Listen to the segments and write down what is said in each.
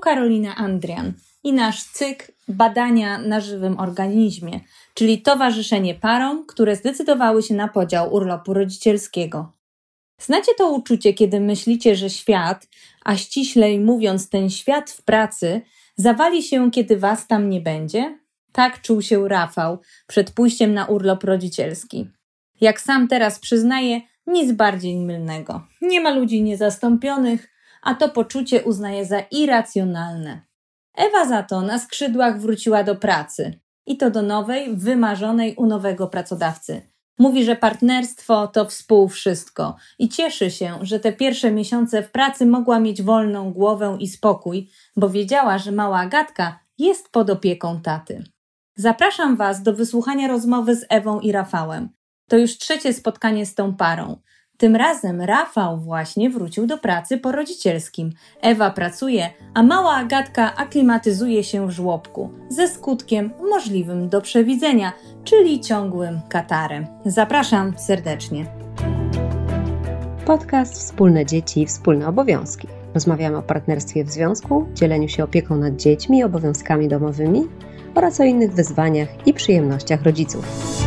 Karolina Andrian i nasz cykl badania na żywym organizmie, czyli towarzyszenie parom, które zdecydowały się na podział urlopu rodzicielskiego. Znacie to uczucie, kiedy myślicie, że świat, a ściślej mówiąc ten świat w pracy, zawali się, kiedy was tam nie będzie? Tak czuł się Rafał przed pójściem na urlop rodzicielski. Jak sam teraz przyznaje, nic bardziej mylnego. Nie ma ludzi niezastąpionych, a to poczucie uznaje za irracjonalne. Ewa za to na skrzydłach wróciła do pracy. I to do nowej, wymarzonej u nowego pracodawcy. Mówi, że partnerstwo to wszystko i cieszy się, że te pierwsze miesiące w pracy mogła mieć wolną głowę i spokój, bo wiedziała, że mała Agatka jest pod opieką taty. Zapraszam Was do wysłuchania rozmowy z Ewą i Rafałem. To już trzecie spotkanie z tą parą. Tym razem Rafał właśnie wrócił do pracy po rodzicielskim. Ewa pracuje, a mała Agatka aklimatyzuje się w żłobku, ze skutkiem możliwym do przewidzenia, czyli ciągłym katarem. Zapraszam serdecznie. Podcast Wspólne dzieci i wspólne obowiązki. Rozmawiamy o partnerstwie w związku, dzieleniu się opieką nad dziećmi i obowiązkami domowymi oraz o innych wyzwaniach i przyjemnościach rodziców.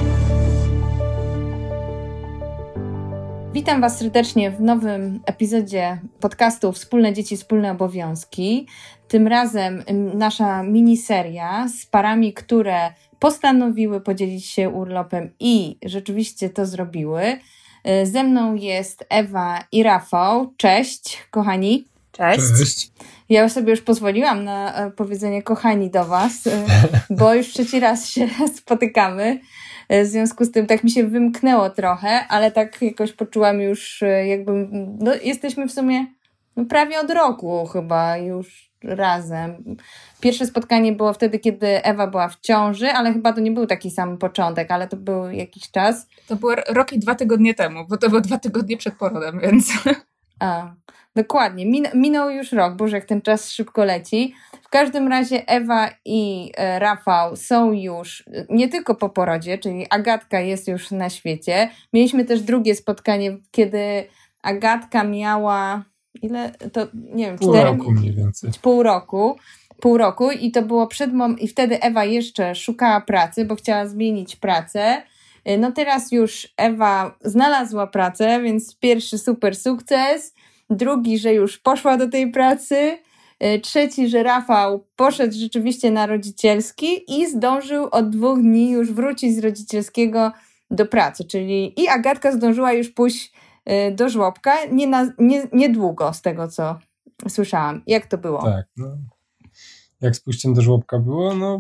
Witam Was serdecznie w nowym epizodzie podcastu Wspólne dzieci, wspólne obowiązki. Tym razem nasza miniseria z parami, które postanowiły podzielić się urlopem i rzeczywiście to zrobiły. Ze mną jest Ewa i Rafał. Cześć, kochani. Cześć. Ja sobie już pozwoliłam na powiedzenie kochani do Was, bo już trzeci raz się spotykamy. W związku z tym tak mi się wymknęło trochę, ale tak jakoś poczułam już jesteśmy w sumie prawie od roku chyba już razem. Pierwsze spotkanie było wtedy, kiedy Ewa była w ciąży, ale chyba to nie był taki sam początek, ale to był jakiś czas. To było rok i 2 tygodnie temu, bo to było 2 tygodnie przed porodem, więc... Dokładnie. Minął już rok, Boże, jak ten czas szybko leci. W każdym razie Ewa i Rafał są już nie tylko po porodzie, czyli Agatka jest już na świecie. Mieliśmy też drugie spotkanie, kiedy Agatka miała ile? To nie wiem, 4 roku mniej więcej. Pół roku i to było i wtedy Ewa jeszcze szukała pracy, bo chciała zmienić pracę. No teraz już Ewa znalazła pracę, więc pierwszy super sukces, drugi, że już poszła do tej pracy, trzeci, że Rafał poszedł rzeczywiście na rodzicielski i zdążył od 2 dni już wrócić z rodzicielskiego do pracy, czyli i Agatka zdążyła już pójść do żłobka, niedługo z tego, co słyszałam. Jak to było? Tak, jak z pójściem do żłobka było,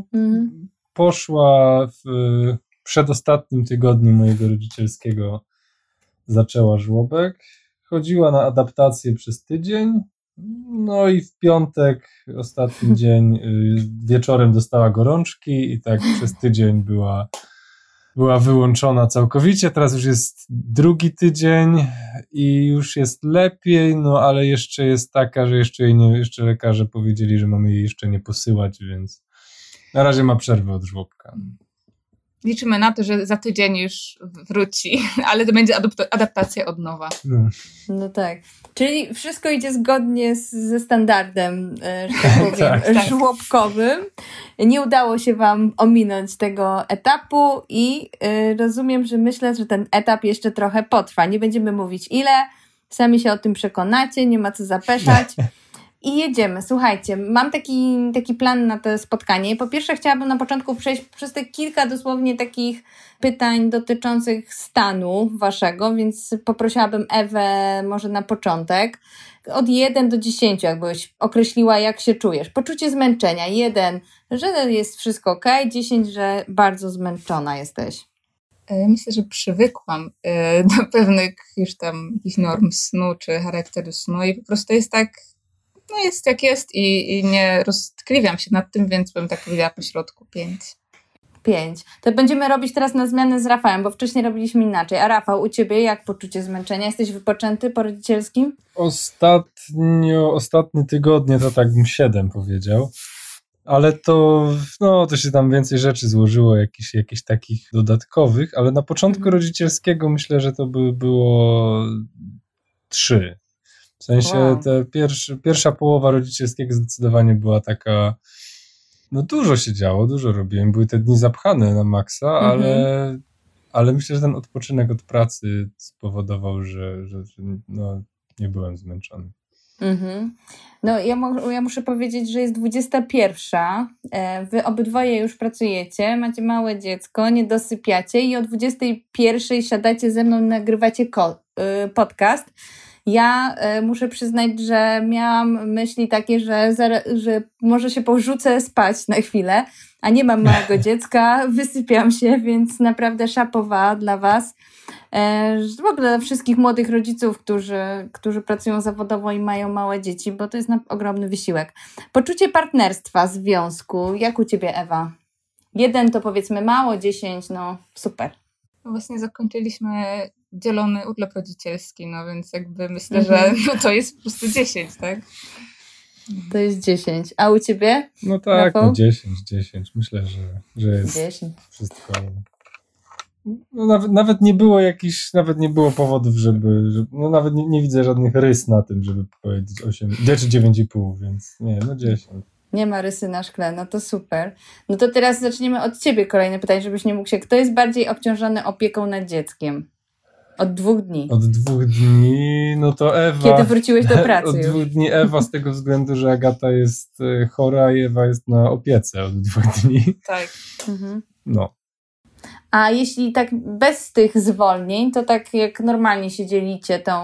poszła w przedostatnim tygodniu mojego rodzicielskiego, zaczęła żłobek, chodziła na adaptację przez tydzień, no i w piątek, ostatni dzień, wieczorem dostała gorączki i tak przez tydzień była wyłączona całkowicie. Teraz już jest drugi tydzień i już jest lepiej, ale jeszcze jest taka, że jeszcze lekarze powiedzieli, że mamy jej jeszcze nie posyłać, więc na razie ma przerwę od żłobka. Liczymy na to, że za tydzień już wróci, ale to będzie adaptacja od nowa. No tak. Czyli wszystko idzie zgodnie ze standardem, że tak powiem, żłobkowym. Nie udało się Wam ominąć tego etapu i rozumiem, że myślę, że ten etap jeszcze trochę potrwa. Nie będziemy mówić ile, sami się o tym przekonacie, nie ma co zapeszać. I jedziemy. Słuchajcie, mam taki plan na to spotkanie. Po pierwsze chciałabym na początku przejść przez te kilka dosłownie takich pytań dotyczących stanu waszego, więc poprosiłabym Ewę może na początek. Od 1 do 10 jakbyś określiła, jak się czujesz. Poczucie zmęczenia. 1, że jest wszystko okej, 10, że bardzo zmęczona jesteś. Myślę, że przywykłam do pewnych już tam jakichś norm snu czy charakteru snu i po prostu jest tak, jest jak jest i nie roztkliwiam się nad tym, więc bym tak powiedziała po środku 5. To będziemy robić teraz na zmianę z Rafałem, bo wcześniej robiliśmy inaczej. A Rafał, u Ciebie jak poczucie zmęczenia? Jesteś wypoczęty po rodzicielskim? Ostatnie tygodnie to tak bym 7 powiedział, ale to się tam więcej rzeczy złożyło, jakichś takich dodatkowych, ale na początku rodzicielskiego myślę, że to by było 3. W sensie pierwsza połowa rodzicielskiego zdecydowanie była taka, no dużo się działo, dużo robiłem, były te dni zapchane na maksa, ale myślę, że ten odpoczynek od pracy spowodował, że no, nie byłem zmęczony. No ja muszę powiedzieć, że jest 21. Wy obydwoje już pracujecie, macie małe dziecko, nie dosypiacie i o 21 siadacie ze mną i nagrywacie podcast. Ja muszę przyznać, że miałam myśli takie, że może się porzucę spać na chwilę, a nie mam małego dziecka, wysypiam się, więc naprawdę szapowa dla was. W ogóle dla wszystkich młodych rodziców, którzy pracują zawodowo i mają małe dzieci, bo to jest ogromny wysiłek. Poczucie partnerstwa, związku, jak u ciebie, Ewa? 1 to powiedzmy mało, 10 no super. No właśnie zakończyliśmy dzielony urlop rodzicielski, no więc jakby myślę, że to jest po prostu 10, tak? To jest 10. A u ciebie? No tak, no 10. Myślę, że jest 10. Wszystko. No nawet nie było powodów, żeby no nawet nie widzę żadnych rys na tym, żeby powiedzieć 8, czy 9,5, więc nie, no 10. Nie ma rysy na szkle, no to super. No to teraz zaczniemy od ciebie kolejne pytanie, żebyś nie mógł się... Kto jest bardziej obciążony opieką nad dzieckiem? Od 2 dni. Od 2 dni, no to Ewa... Kiedy wróciłeś do pracy Od 2 dni Ewa z tego względu, że Agata jest chora i Ewa jest na opiece od 2 dni. Tak. No. A jeśli tak bez tych zwolnień, to tak jak normalnie się dzielicie tą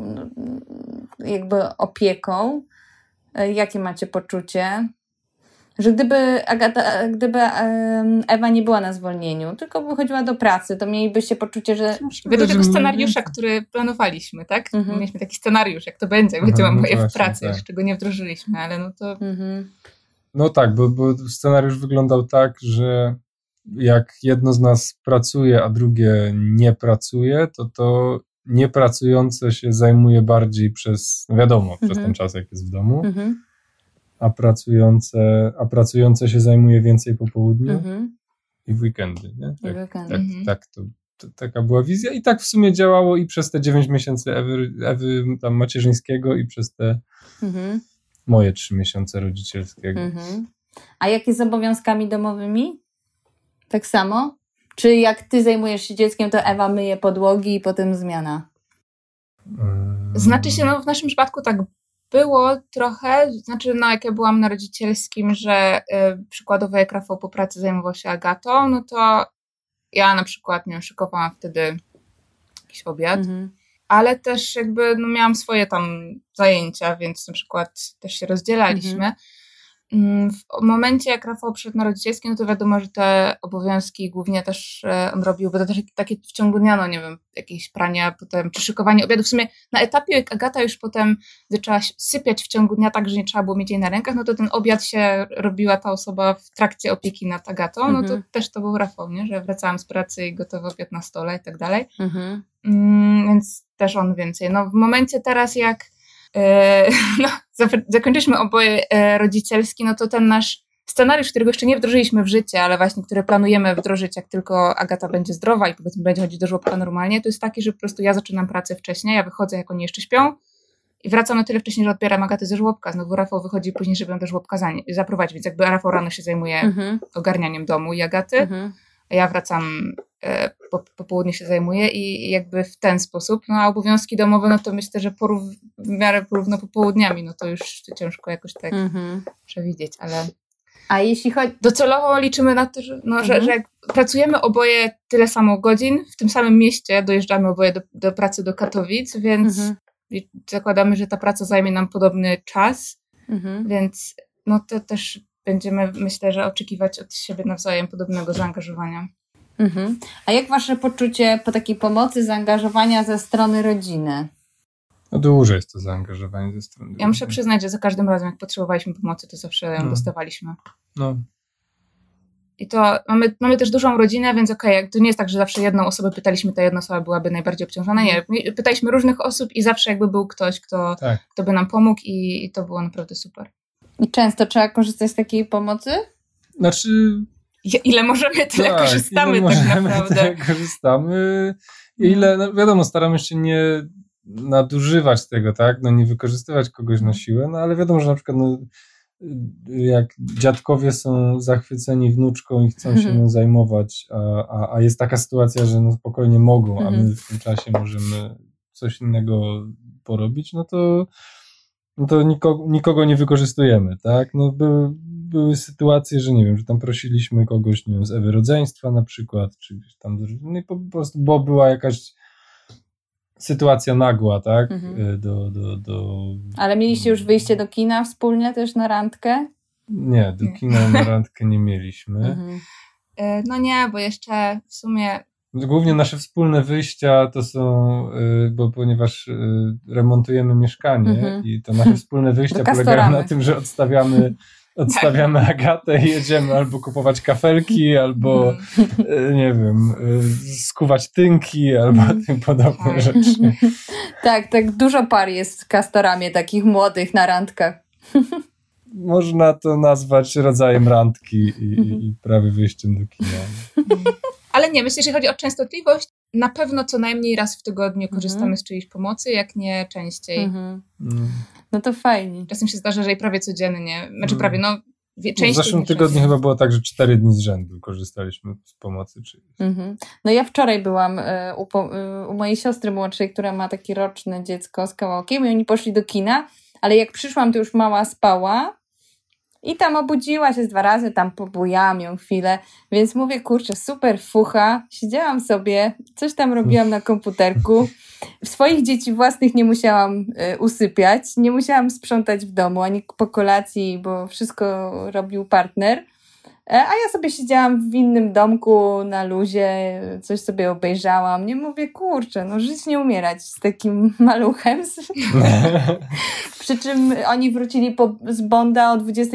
jakby opieką, jakie macie poczucie? Że gdyby Ewa nie była na zwolnieniu, tylko by chodziła do pracy, to mielibyście poczucie, że... Według tego scenariusza, który planowaliśmy, tak? Mieliśmy taki scenariusz, jak to będzie, jak będziemy oboje w pracy, tak. Czego nie wdrożyliśmy, ale no to... No tak, bo scenariusz wyglądał tak, że jak jedno z nas pracuje, a drugie nie pracuje, to niepracujące się zajmuje bardziej przez, no wiadomo, przez ten czas, jak jest w domu, a pracujące się zajmuje więcej po południu i w weekendy, nie? Tak, taka była wizja i tak w sumie działało i przez te 9 miesięcy Ewy tam macierzyńskiego i przez te moje 3 miesiące rodzicielskiego. A jakie z obowiązkami domowymi? Tak samo? Czy jak ty zajmujesz się dzieckiem, to Ewa myje podłogi i potem zmiana? Znaczy się, no w naszym przypadku tak było trochę, znaczy no jak ja byłam na rodzicielskim, że przykładowo jak Rafał po pracy zajmował się Agatą, no to ja na przykład, nie wiem, szykowałam wtedy jakiś obiad, ale też jakby no miałam swoje tam zajęcia, więc na przykład też się rozdzielaliśmy. W momencie, jak Rafał przyszedł na rodzicielskie, no to wiadomo, że te obowiązki głównie też on robił, bo to też takie w ciągu dnia, no nie wiem, jakieś prania, potem czy szykowanie obiadu. W sumie na etapie, jak Agata już potem zaczęła sypiać w ciągu dnia tak, że nie trzeba było mieć jej na rękach, no to ten obiad się robiła ta osoba w trakcie opieki nad Agatą, no to też to był Rafał, nie? Że wracałam z pracy i gotowy obiad na stole i tak dalej. Więc też on więcej. No w momencie teraz, jak no, zakończyliśmy oboje rodzicielski, no to ten nasz scenariusz, którego jeszcze nie wdrożyliśmy w życie, ale właśnie który planujemy wdrożyć, jak tylko Agata będzie zdrowa i powiedzmy będzie chodzić do żłobka normalnie, to jest taki, że po prostu ja zaczynam pracę wcześniej, ja wychodzę, jak oni jeszcze śpią i wracam na tyle wcześniej, że odbieram Agatę ze żłobka. Znowu Rafał wychodzi później, żeby ją do żłobka zaprowadzić, więc jakby Rafał rano się zajmuje ogarnianiem domu i Agaty, a ja wracam po południu się zajmuję i jakby w ten sposób, no a obowiązki domowe, no to myślę, że w miarę porówno popołudniami, no to już ciężko jakoś tak przewidzieć, ale... A jeśli chodzi... Docelowo liczymy na to, że, no, że jak pracujemy oboje tyle samo godzin, w tym samym mieście dojeżdżamy oboje do pracy do Katowic, więc zakładamy, że ta praca zajmie nam podobny czas, więc no to też będziemy, myślę, że oczekiwać od siebie nawzajem podobnego zaangażowania. A jak wasze poczucie po takiej pomocy, zaangażowania ze strony rodziny? No duże jest to zaangażowanie ze strony rodziny. Ja muszę przyznać, że za każdym razem, jak potrzebowaliśmy pomocy, to zawsze ją dostawaliśmy. No. I to mamy też dużą rodzinę, więc okej, to nie jest tak, że zawsze jedną osobę pytaliśmy, ta jedna osoba byłaby najbardziej obciążona. Nie, pytaliśmy różnych osób i zawsze jakby był ktoś, kto by nam pomógł i to było naprawdę super. I często trzeba korzystać z takiej pomocy? Znaczy... Ile możemy, tyle korzystamy tak naprawdę. Tyle korzystamy. No wiadomo, staramy się nadużywać tego, tak? No nie wykorzystywać kogoś na siłę, no ale wiadomo, że na przykład jak dziadkowie są zachwyceni wnuczką i chcą się nią zajmować, a jest taka sytuacja, że no spokojnie mogą, a my w tym czasie możemy coś innego porobić, no to nikogo nie wykorzystujemy, tak? No były sytuacje, że nie wiem, że tam prosiliśmy kogoś, nie wiem, z Ewy Rodzeństwa na przykład, czy gdzieś tam, no i po prostu, bo była jakaś sytuacja nagła, tak? Ale mieliście już wyjście do kina wspólnie też na randkę? Nie, do kina na randkę nie mieliśmy. No nie, bo jeszcze w sumie... Głównie nasze wspólne wyjścia to są, ponieważ remontujemy mieszkanie i to nasze wspólne wyjścia polegają na tym, że odstawiamy Agatę i jedziemy albo kupować kafelki, albo nie wiem, skuwać tynki, albo tym podobne rzeczy. Tak, dużo par jest z Castorami takich młodych na randkach. Można to nazwać rodzajem randki i prawie wyjściem do kina. Ale nie, myślę, że jeżeli chodzi o częstotliwość, na pewno co najmniej raz w tygodniu korzystamy z czyjejś pomocy, jak nie częściej. No to fajnie. Czasem się zdarza, że i prawie codziennie, prawie, częściej. W zeszłym tygodniu chyba było tak, że 4 dni z rzędu korzystaliśmy z pomocy czyjejś. No ja wczoraj byłam u mojej siostry młodszej, która ma takie roczne dziecko z kawałkiem i oni poszli do kina, ale jak przyszłam, to już mała spała i tam obudziła się z 2 razy, tam pobujałam ją chwilę, więc mówię, kurczę, super fucha, siedziałam sobie, coś tam robiłam na komputerku, swoich dzieci własnych nie musiałam usypiać, nie musiałam sprzątać w domu, ani po kolacji, bo wszystko robił partner, a ja sobie siedziałam w innym domku na luzie, coś sobie obejrzałam, nie mówię, kurczę, żyć nie umierać z takim maluchem. Przy czym oni wrócili z Bonda o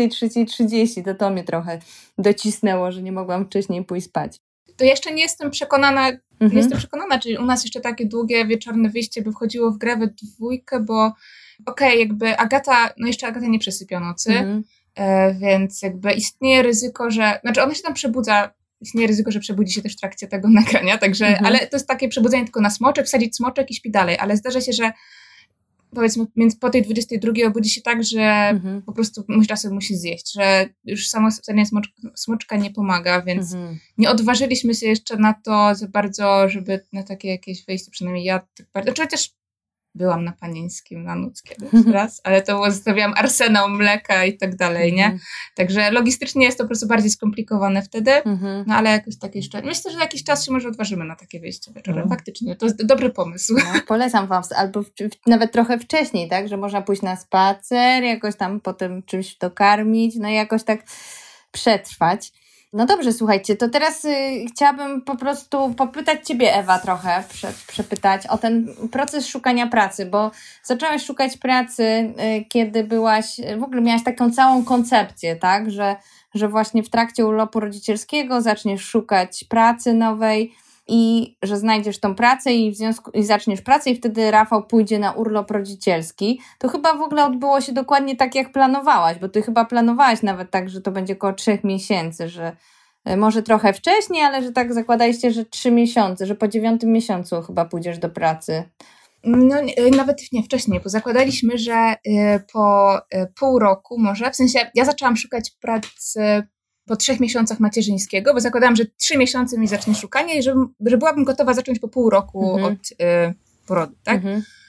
23:30, to mnie trochę docisnęło, że nie mogłam wcześniej pójść spać. To jeszcze nie jestem przekonana, czyli u nas jeszcze takie długie wieczorne wyjście by wchodziło w grę we dwójkę, bo jakby Agata nie przesypia nocy, więc jakby istnieje ryzyko, że... Znaczy ona się tam przebudza, istnieje ryzyko, że przebudzi się też w trakcie tego nagrania, także, ale to jest takie przebudzenie tylko na smoczek, wsadzić smoczek i śpi dalej, ale zdarza się, że powiedzmy po tej 22 obudzi się tak, że po prostu musi zjeść, że już samo wsadzenie smoczka nie pomaga, więc nie odważyliśmy się jeszcze na to za bardzo, żeby na takie jakieś wyjście, przynajmniej ja tak bardzo, chociaż byłam na Panieńskim na noc kiedyś raz, ale to było, zostawiałam arsenał mleka i tak dalej, nie? Także logistycznie jest to po prostu bardziej skomplikowane wtedy, ale jakoś tak jeszcze... Myślę, że jakiś czas się może odważymy na takie wyjście wieczorem, faktycznie. To jest dobry pomysł. Polecam wam, albo nawet trochę wcześniej, tak? Że można pójść na spacer, jakoś tam potem czymś dokarmić, i jakoś tak przetrwać. No dobrze, słuchajcie, to teraz chciałabym po prostu popytać Ciebie, Ewa, trochę, przepytać o ten proces szukania pracy, bo zaczęłaś szukać pracy, kiedy w ogóle miałaś taką całą koncepcję, tak, że właśnie w trakcie urlopu rodzicielskiego zaczniesz szukać pracy nowej i że znajdziesz tą pracę i zaczniesz pracę i wtedy Rafał pójdzie na urlop rodzicielski. To chyba w ogóle odbyło się dokładnie tak, jak planowałaś, bo ty chyba planowałaś nawet tak, że to będzie około 3 miesięcy, że może trochę wcześniej, ale że tak zakładaliście, że 3 miesiące, że po 9 miesiącu chyba pójdziesz do pracy. No nawet nie wcześniej, bo zakładaliśmy, że po pół roku może, w sensie ja zaczęłam szukać pracy po 3 miesiącach macierzyńskiego, bo zakładałam, że 3 miesiące mi zacznie szukanie i że byłabym gotowa zacząć po pół roku od porodu, tak?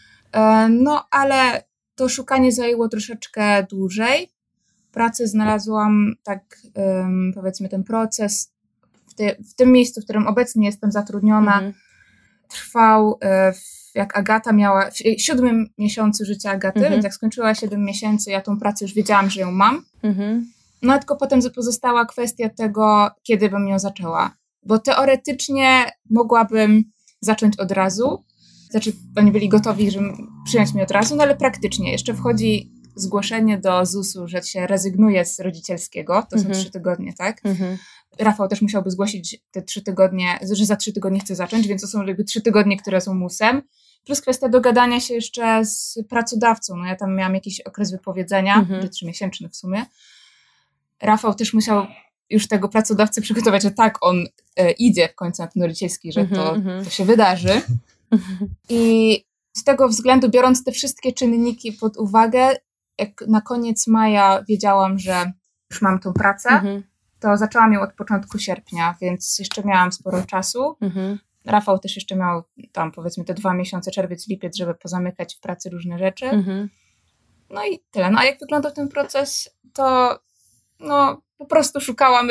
No, ale to szukanie zajęło troszeczkę dłużej. Pracę znalazłam tak, powiedzmy, ten proces w tym miejscu, w którym obecnie jestem zatrudniona, trwał, jak Agata miała, w 7 miesiącu życia Agaty, więc jak skończyła 7 miesięcy, ja tą pracę już wiedziałam, że ją mam. No tylko potem pozostała kwestia tego, kiedy bym ją zaczęła. Bo teoretycznie mogłabym zacząć od razu. Znaczy, oni byli gotowi, żeby przyjąć mnie od razu, no ale praktycznie jeszcze wchodzi zgłoszenie do ZUS-u, że się rezygnuje z rodzicielskiego. To są 3 tygodnie, tak? Rafał też musiałby zgłosić te 3 tygodnie, że za 3 tygodnie chce zacząć, więc to są jakby 3 tygodnie, które są musem. Plus kwestia dogadania się jeszcze z pracodawcą. No ja tam miałam jakiś okres wypowiedzenia, 3-miesięczny w sumie. Rafał też musiał już tego pracodawcy przygotować, że tak, on idzie w końcu na ten rodzicielski, że to się wydarzy. I z tego względu, biorąc te wszystkie czynniki pod uwagę, jak na koniec maja wiedziałam, że już mam tą pracę, to zaczęłam ją od początku sierpnia, więc jeszcze miałam sporo czasu. Rafał też jeszcze miał tam powiedzmy te 2 miesiące, czerwiec, lipiec, żeby pozamykać w pracy różne rzeczy. No i tyle. No a jak wyglądał ten proces, to no po prostu szukałam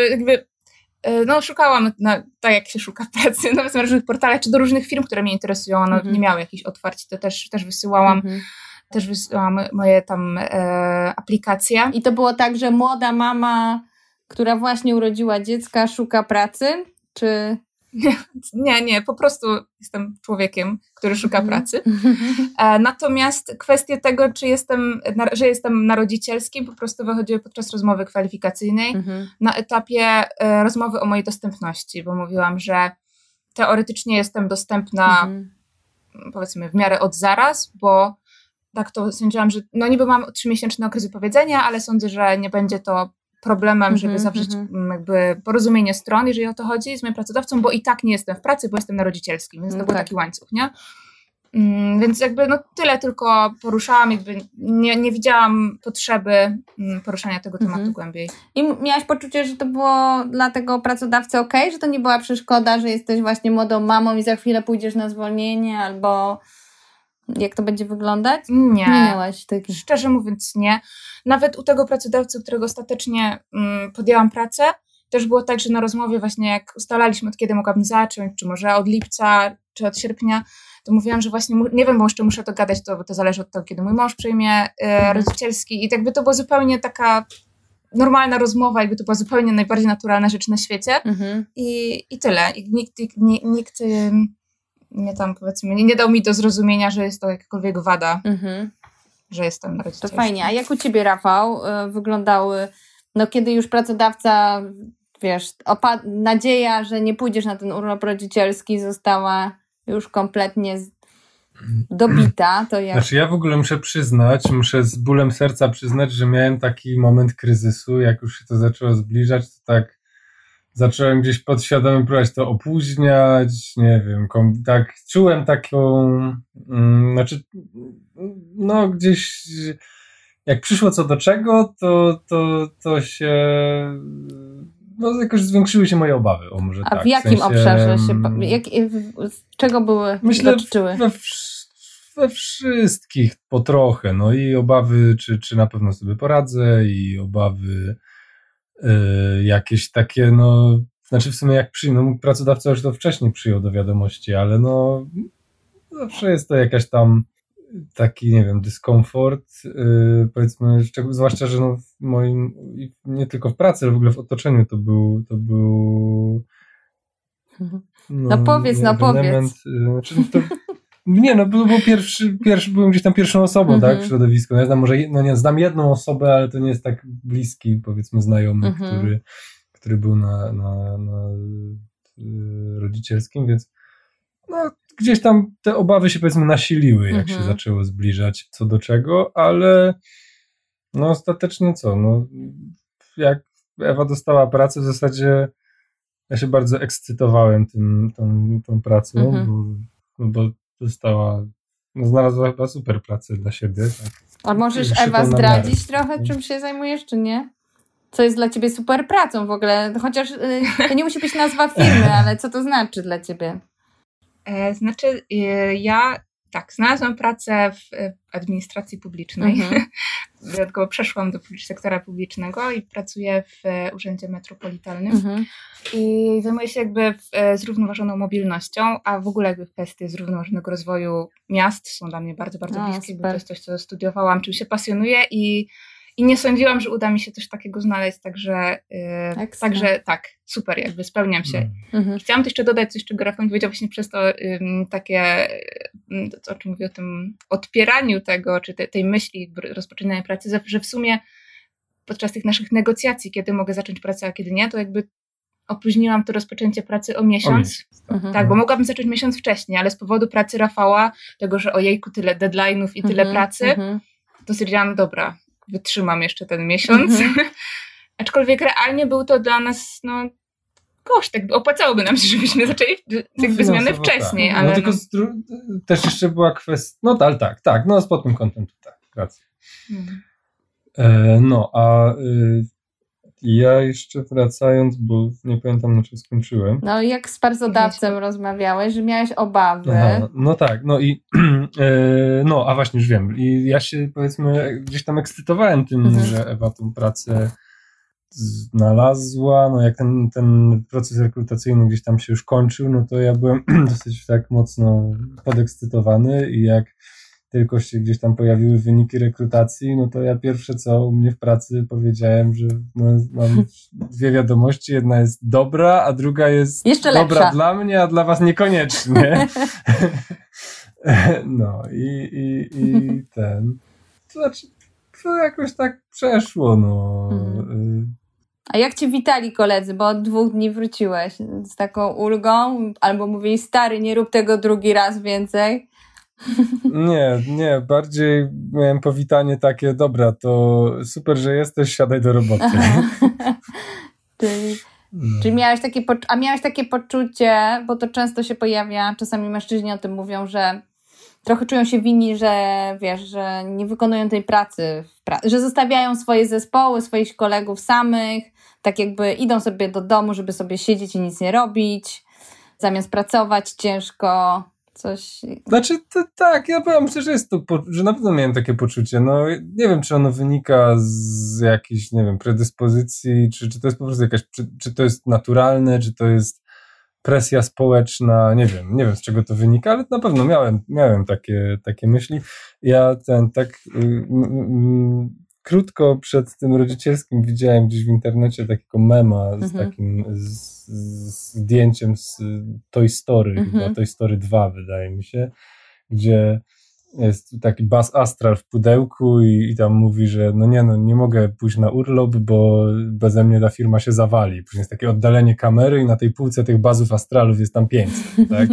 tak jak się szuka pracy, nawet na różnych portalach, czy do różnych firm, które mnie interesują, nie miały jakichś otwarć, to też wysyłałam. Też wysyłałam moje tam aplikacje. I to było tak, że młoda mama, która właśnie urodziła dziecka, szuka pracy, czy... Nie, po prostu jestem człowiekiem, który szuka pracy. Natomiast kwestie tego, że jestem na rodzicielskim, po prostu wychodziły podczas rozmowy kwalifikacyjnej na etapie rozmowy o mojej dostępności, bo mówiłam, że teoretycznie jestem dostępna powiedzmy w miarę od zaraz, bo tak to sądziłam, że no niby mam 3-miesięczny okres wypowiedzenia, ale sądzę, że nie będzie to problemem, żeby zawrzeć jakby porozumienie stron, jeżeli o to chodzi, z moim pracodawcą, bo i tak nie jestem w pracy, bo jestem na rodzicielskim, więc to był taki łańcuch, nie? Więc jakby no tyle tylko poruszałam, jakby nie widziałam potrzeby poruszania tego tematu głębiej. I miałaś poczucie, że to było dla tego pracodawcy okej, że to nie była przeszkoda, że jesteś właśnie młodą mamą i za chwilę pójdziesz na zwolnienie, albo jak to będzie wyglądać? Nie miałaś takich. Szczerze mówiąc nie. Nawet u tego pracodawcy, którego ostatecznie podjęłam pracę, też było tak, że na rozmowie właśnie jak ustalaliśmy, od kiedy mogłabym zacząć, czy może od lipca, czy od sierpnia, to mówiłam, że właśnie nie wiem, bo jeszcze muszę dogadać to, bo to zależy od tego, kiedy mój mąż przyjmie rodzicielski i jakby to była zupełnie taka normalna rozmowa, jakby to była zupełnie najbardziej naturalna rzecz na świecie i tyle. I nikt mnie tam powiedzmy nie dał mi do zrozumienia, że jest to jakakolwiek wada, że jestem na rodzicielskim. To fajnie. A jak u ciebie, Rafał, wyglądały, no kiedy już pracodawca, wiesz, nadzieja, że nie pójdziesz na ten urlop rodzicielski została już kompletnie dobita, to jak? Znaczy ja w ogóle muszę z bólem serca przyznać, że miałem taki moment kryzysu, jak już się to zaczęło zbliżać, to tak zacząłem gdzieś podświadomie próbować to opóźniać, nie wiem, tak czułem taką, no gdzieś jak przyszło co do czego, to się, no jakoś zwiększyły się moje obawy, o może tak. A w jakim obszarze się, czego dotyczyły? We wszystkich po trochę, no i obawy, czy na pewno sobie poradzę i obawy jakieś takie, no, znaczy w sumie jak pracodawca już to wcześniej przyjął do wiadomości, ale no zawsze jest to jakaś tam taki, nie wiem, dyskomfort, powiedzmy, zwłaszcza, że no w moim, nie tylko w pracy, ale w ogóle w otoczeniu to był no powiedz. Znaczy, bo byłem gdzieś tam pierwszą osobą, tak, w środowisku. Ja znam znam jedną osobę, ale to nie jest tak bliski, powiedzmy, znajomy, który był na rodzicielskim, więc no, gdzieś tam te obawy się, powiedzmy, nasiliły, jak się zaczęło zbliżać co do czego, ale no ostatecznie co, no jak Ewa dostała pracę, w zasadzie ja się bardzo ekscytowałem tą pracą, bo znalazła chyba super pracę dla siebie. Tak. A możesz, Ewa, zdradzić trochę, czym się zajmujesz, czy nie? Co jest dla ciebie super pracą w ogóle? Chociaż to nie musi być nazwa firmy, ale co to znaczy dla ciebie? Znaczy, ja znalazłam pracę w administracji publicznej. Dodatkowo przeszłam do sektora publicznego i pracuję w Urzędzie Metropolitalnym. I zajmuję się jakby zrównoważoną mobilnością, a w ogóle jakby kwestie zrównoważonego rozwoju miast są dla mnie bardzo, bardzo bliskie, bo to jest coś, co studiowałam, czym się pasjonuję i nie sądziłam, że uda mi się coś takiego znaleźć, także tak, super, jakby spełniam się. Chciałam to jeszcze dodać coś, czego Rafał powiedział właśnie przez to takie, o czym mówię, o tym odpieraniu tego, czy tej myśli rozpoczynania pracy, że w sumie podczas tych naszych negocjacji, kiedy mogę zacząć pracę, a kiedy nie, to jakby opóźniłam to rozpoczęcie pracy o miesiąc. Tak, bo mogłabym zacząć miesiąc wcześniej, ale z powodu pracy Rafała, tego, że ojejku, tyle deadline'ów i tyle pracy, to stwierdziłam, dobra, wytrzymam jeszcze ten miesiąc. Aczkolwiek realnie był to dla nas koszt, jakby opłacałoby nam się, żebyśmy zaczęli jakby zmianę wcześniej. Tak. Ale no tylko też jeszcze była kwestia, no ale tak, no z pod tym kątem to tak, racja. Ja jeszcze wracając, bo nie pamiętam na czym skończyłem. No jak z pracodawcą rozmawiałeś, że miałeś obawy. Aha, no tak, no i a właśnie już wiem. I ja się powiedzmy gdzieś tam ekscytowałem tym, że Ewa tą pracę znalazła, no jak ten proces rekrutacyjny gdzieś tam się już kończył, no to ja byłem dosyć tak mocno podekscytowany i jak tylko się gdzieś tam pojawiły wyniki rekrutacji, no to ja pierwsze co u mnie w pracy powiedziałem, że mam 2 wiadomości, jedna jest dobra, a druga jest jeszcze dobra lepsza dla mnie, a dla was niekoniecznie. No i to znaczy to jakoś tak przeszło, no. A jak cię witali koledzy, bo od 2 dni wróciłeś z taką ulgą, albo mówili, stary, nie rób tego drugi raz więcej? Nie, bardziej miałem powitanie takie, dobra, to super, że jesteś, siadaj do roboty. Czyli miałeś takie poczucie, bo to często się pojawia, czasami mężczyźni o tym mówią, że trochę czują się winni, że wiesz, że nie wykonują tej pracy, że zostawiają swoje zespoły, swoich kolegów samych, tak jakby idą sobie do domu, żeby sobie siedzieć i nic nie robić, zamiast pracować ciężko, coś... Znaczy, tak, ja myślę, że jest to, że na pewno miałem takie poczucie, no nie wiem, czy ono wynika z jakiejś, nie wiem, predyspozycji, czy to jest po prostu jakaś, czy to jest naturalne, czy to jest presja społeczna, nie wiem z czego to wynika, ale na pewno miałem takie myśli. Ja krótko przed tym rodzicielskim widziałem gdzieś w internecie takiego mema z takim zdjęciem z Toy Story, chyba Toy Story 2 wydaje mi się, gdzie jest taki Buzz Astral w pudełku i tam mówi, że nie mogę pójść na urlop, bo beze mnie ta firma się zawali. Później jest takie oddalenie kamery i na tej półce tych Buzzów Astralów jest tam 500, tak?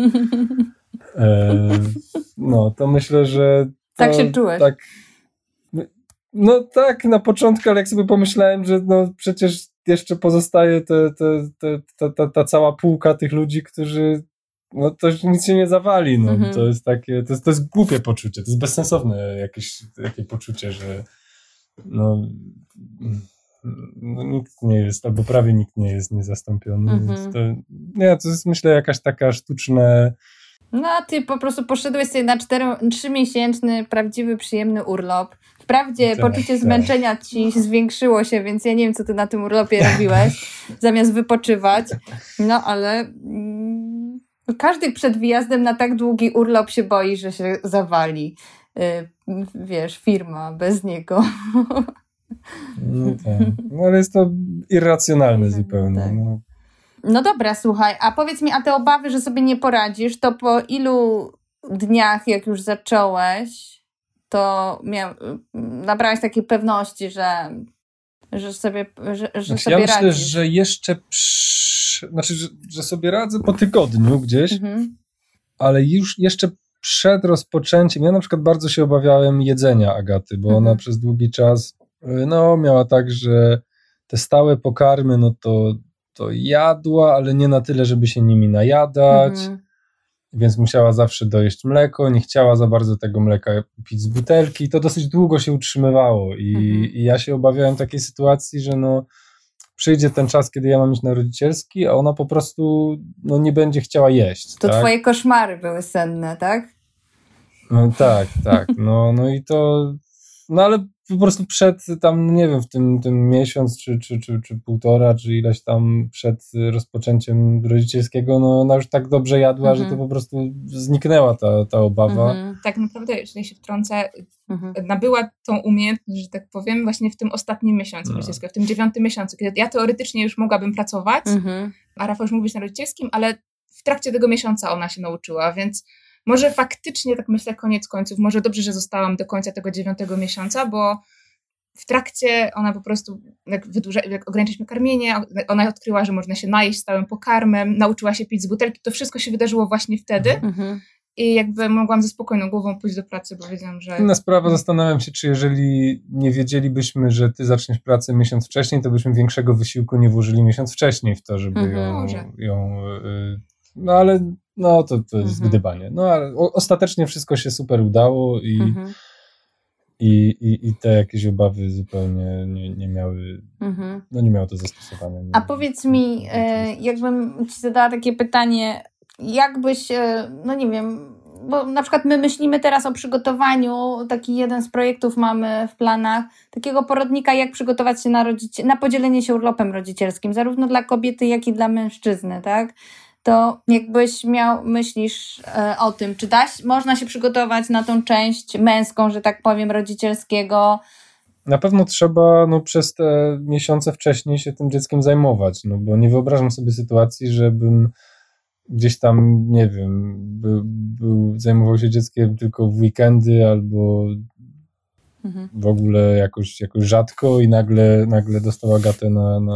To myślę, że tak się czułeś. Tak, no tak, na początku, ale jak sobie pomyślałem, że przecież jeszcze pozostaje ta cała półka tych ludzi, którzy to nic się nie zawali, to jest takie, to jest głupie poczucie, to jest bezsensowne jakie poczucie, że nikt nie jest, albo prawie nikt nie jest niezastąpiony, więc to jest myślę jakaś taka sztuczne. No a ty po prostu poszedłeś sobie na 3-miesięczny, prawdziwy, przyjemny urlop. Wprawdzie poczucie zmęczenia ci zwiększyło się, więc ja nie wiem, co ty na tym urlopie robiłeś, zamiast wypoczywać. No ale każdy przed wyjazdem na tak długi urlop się boi, że się zawali. Wiesz, firma bez niego. Ale jest to irracjonalne zupełnie. Tak. No dobra, słuchaj, a powiedz mi, a te obawy, że sobie nie poradzisz, to po ilu dniach, jak już zacząłeś, to nabrałeś takiej pewności, że sobie radzisz? Ja myślę, że jeszcze że sobie radzę po tygodniu gdzieś, ale już jeszcze przed rozpoczęciem, ja na przykład bardzo się obawiałem jedzenia Agaty, bo ona przez długi czas miała tak, że te stałe pokarmy, to jadła, ale nie na tyle, żeby się nimi najadać, więc musiała zawsze dojeść mleko, nie chciała za bardzo tego mleka pić z butelki, to dosyć długo się utrzymywało i ja się obawiałem takiej sytuacji, że przyjdzie ten czas, kiedy ja mam iść na rodzicielski, a ona po prostu nie będzie chciała jeść. To tak? Twoje koszmary były senne, tak? No tak. No i to... ale po prostu przed tam, nie wiem, w tym miesiąc, czy półtora, czy ileś tam przed rozpoczęciem rodzicielskiego, ona już tak dobrze jadła, że to po prostu zniknęła ta obawa. Tak naprawdę, jeżeli się wtrącę, nabyła tą umiejętność, że tak powiem, właśnie w tym ostatnim miesiącu rodzicielskiego, w tym 9. miesiącu, kiedy ja teoretycznie już mogłabym pracować, a Rafał już mógł być na rodzicielskim, ale w trakcie tego miesiąca ona się nauczyła, więc może faktycznie, tak myślę, koniec końców, może dobrze, że zostałam do końca tego 9. miesiąca, bo w trakcie ona po prostu, jak ograniczyliśmy karmienie, ona odkryła, że można się najeść stałym pokarmem, nauczyła się pić z butelki, to wszystko się wydarzyło właśnie wtedy i jakby mogłam ze spokojną głową pójść do pracy, bo wiedziałam, że... Inna sprawa, zastanawiam się, czy jeżeli nie wiedzielibyśmy, że ty zaczniesz pracę miesiąc wcześniej, to byśmy większego wysiłku nie włożyli miesiąc wcześniej w to, żeby ją no ale no to jest gdybanie. No ale ostatecznie wszystko się super udało i te jakieś obawy zupełnie nie miały, no nie miało to zastosowania. A powiedz mi, jakbym ci zadała takie pytanie, jakbyś, no nie wiem, bo na przykład my myślimy teraz o przygotowaniu, taki jeden z projektów mamy w planach, takiego poradnika, jak przygotować się na podzielenie się urlopem rodzicielskim, zarówno dla kobiety, jak i dla mężczyzny, tak? To jakbyś myślisz o tym, czy można się przygotować na tą część męską, że tak powiem, rodzicielskiego? Na pewno trzeba przez te miesiące wcześniej się tym dzieckiem zajmować, bo nie wyobrażam sobie sytuacji, żebym gdzieś tam, nie wiem, zajmował się dzieckiem tylko w weekendy albo w ogóle jakoś rzadko i nagle dostała Agatę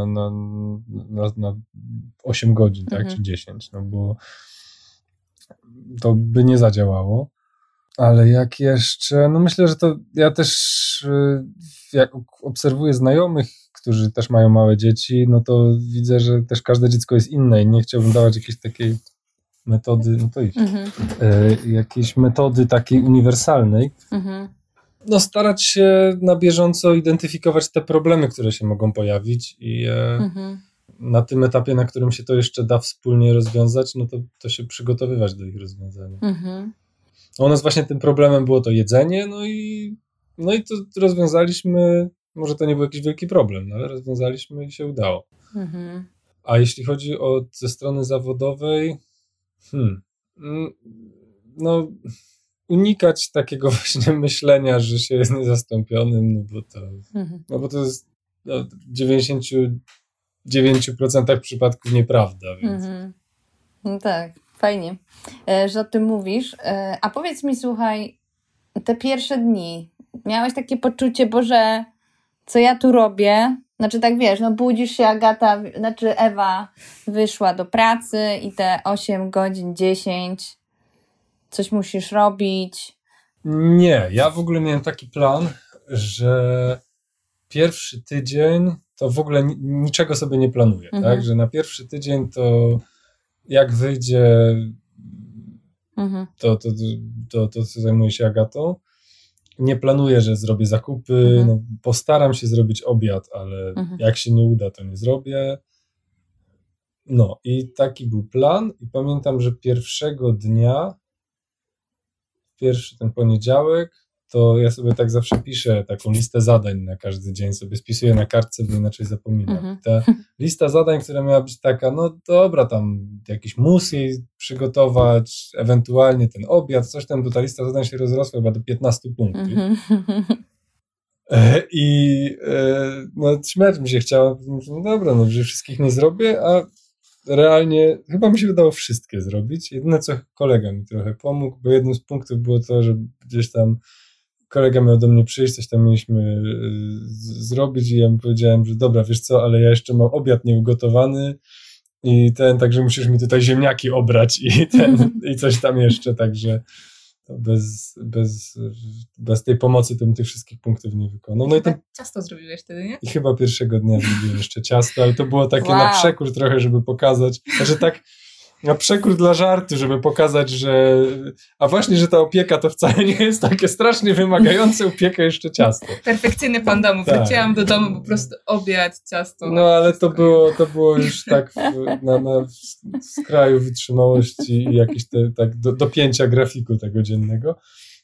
na 8 godzin, tak, czy 10, bo to by nie zadziałało. Ale jak jeszcze, myślę, że to ja też jak obserwuję znajomych, którzy też mają małe dzieci, to widzę, że też każde dziecko jest inne i nie chciałbym dawać jakiejś takiej metody, jakiejś metody takiej uniwersalnej. Starać się na bieżąco identyfikować te problemy, które się mogą pojawić i na tym etapie, na którym się to jeszcze da wspólnie rozwiązać, to się przygotowywać do ich rozwiązania. U nas właśnie tym problemem było to jedzenie, no i to rozwiązaliśmy, może to nie był jakiś wielki problem, ale rozwiązaliśmy i się udało. A jeśli chodzi ze strony zawodowej, unikać takiego właśnie myślenia, że się jest niezastąpionym, bo to jest w 99% przypadków nieprawda. Więc. No tak, fajnie, że o tym mówisz. A powiedz mi, słuchaj, te pierwsze dni, miałeś takie poczucie, Boże, co ja tu robię? Znaczy tak wiesz, budzisz się, Ewa wyszła do pracy i te 8 godzin, 10, coś musisz robić. Nie, ja w ogóle miałem taki plan, że pierwszy tydzień to w ogóle niczego sobie nie planuję, tak? Że na pierwszy tydzień to jak wyjdzie, to zajmuję się Agatą. Nie planuję, że zrobię zakupy, postaram się zrobić obiad, ale jak się nie uda, to nie zrobię. I taki był plan i pamiętam, że pierwszego dnia, pierwszy ten poniedziałek, to ja sobie tak zawsze piszę taką listę zadań na każdy dzień, sobie spisuję na kartce, bo inaczej zapominam. Ta lista zadań, która miała być taka, dobra, tam jakiś mus jej przygotować, ewentualnie ten obiad, coś tam, bo ta lista zadań się rozrosła chyba do 15 punktów. I śmiać mi się chciało, dobra, że wszystkich nie zrobię, a realnie chyba mi się udało wszystkie zrobić. Jedyne co kolega mi trochę pomógł, bo jednym z punktów było to, że gdzieś tam kolega miał do mnie przyjść, coś tam mieliśmy zrobić i ja mu powiedziałem, że dobra, wiesz co, ale ja jeszcze mam obiad nieugotowany i także musisz mi tutaj ziemniaki obrać i coś tam jeszcze, także to bez tej pomocy to bym tych wszystkich punktów nie wykonał. Ciasto zrobiłeś wtedy, nie? I chyba pierwszego dnia zrobiłem jeszcze ciasto, ale to było takie na przekór trochę, żeby pokazać, tak na przekór dla żartu, żeby pokazać, że że ta opieka to wcale nie jest takie strasznie wymagające, upiekę jeszcze ciasto. Perfekcyjny pan domu. Wróciłam do domu, po prostu obiad, ciasto. Ale to było już tak na skraju wytrzymałości i jakieś dopięcia grafiku tego dziennego.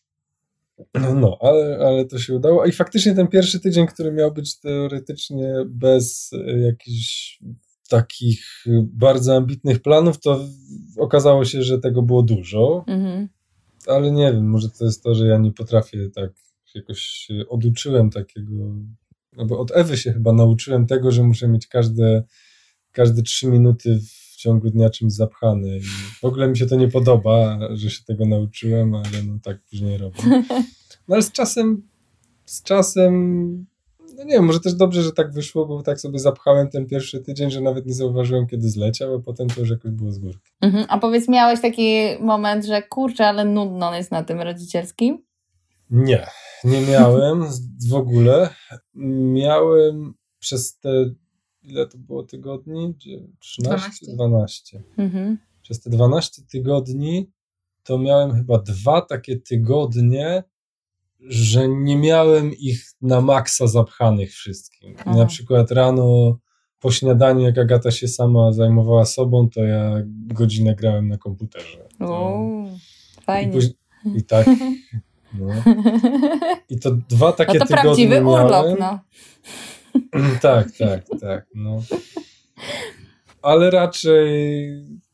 Ale to się udało. I faktycznie ten pierwszy tydzień, który miał być teoretycznie bez jakichś takich bardzo ambitnych planów, to okazało się, że tego było dużo. Ale nie wiem, może to jest to, że ja nie potrafię tak jakoś oduczyłem takiego, bo od Ewy się chyba nauczyłem tego, że muszę mieć każde 3 minuty w ciągu dnia czymś zapchane. I w ogóle mi się to nie podoba, że się tego nauczyłem, ale tak później robię. Ale z czasem No nie wiem, może też dobrze, że tak wyszło, bo tak sobie zapchałem ten pierwszy tydzień, że nawet nie zauważyłem, kiedy zleciał, a potem to już jakoś było z górki. A powiedz, miałeś taki moment, że kurczę, ale nudno jest na tym rodzicielskim? Nie miałem w ogóle. Miałem przez te, ile to było tygodni? 13? 12. Przez te 12 tygodni to miałem chyba 2 takie tygodnie, że nie miałem ich na maksa zapchanych wszystkim. Na przykład rano po śniadaniu, jak Agata się sama zajmowała sobą, to ja godzinę grałem na komputerze. Fajnie. I tak. No. I to 2 takie to tygodnie prawdziwy miałem. urlop, no. Tak. No. Ale raczej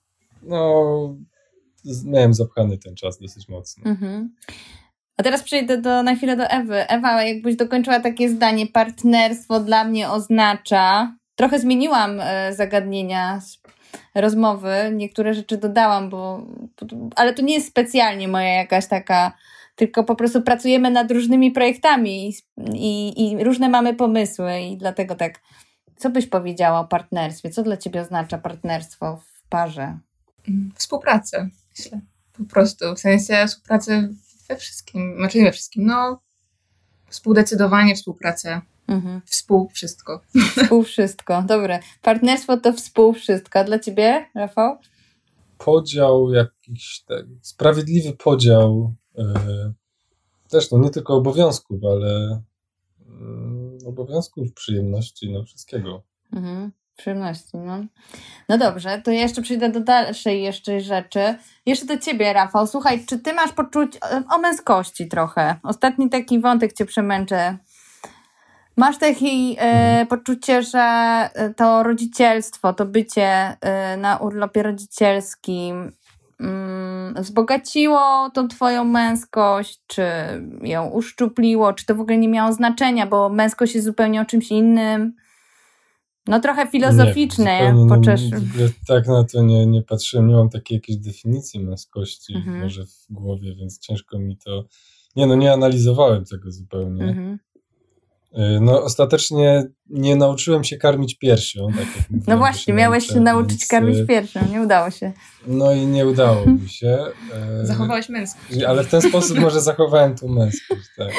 miałem zapchany ten czas dosyć mocno. A teraz przejdę na chwilę do Ewy. Ewa, jakbyś dokończyła takie zdanie, partnerstwo dla mnie oznacza... Trochę zmieniłam zagadnienia rozmowy, niektóre rzeczy dodałam, ale to nie jest specjalnie moja jakaś taka... Tylko po prostu pracujemy nad różnymi projektami i różne mamy pomysły i dlatego tak. Co byś powiedziała o partnerstwie? Co dla ciebie oznacza partnerstwo w parze? Współpracę, myślę. Po prostu, w sensie współpracę we wszystkim, znaczy nie we wszystkim, współdecydowanie, współpracę, wszystko. Wszystko, dobre. Partnerstwo to wszystko. A dla ciebie, Rafał? Podział jakiś, sprawiedliwy podział też nie tylko obowiązków, ale obowiązków, przyjemności, wszystkiego. Przyjemności, No dobrze, to ja jeszcze przejdę do dalszej jeszcze rzeczy. Jeszcze do ciebie, Rafał. Słuchaj, czy ty masz poczucie o męskości trochę? Ostatni taki wątek cię przemęczę. Masz takie poczucie, że to rodzicielstwo, to bycie na urlopie rodzicielskim wzbogaciło tą twoją męskość, czy ją uszczupliło, czy to w ogóle nie miało znaczenia, bo męskość jest zupełnie o czymś innym. Trochę filozoficzne. Tak na to nie patrzyłem, nie mam takiej jakiejś definicji męskości może w głowie, więc ciężko mi to... Nie analizowałem tego zupełnie. Ostatecznie nie nauczyłem się karmić piersią. Tak jak mówiłem, właśnie, miałeś się nauczyć karmić piersią, nie udało się. I nie udało mi się. Zachowałeś męskość. Ale w ten sposób może zachowałem tą męskość, tak.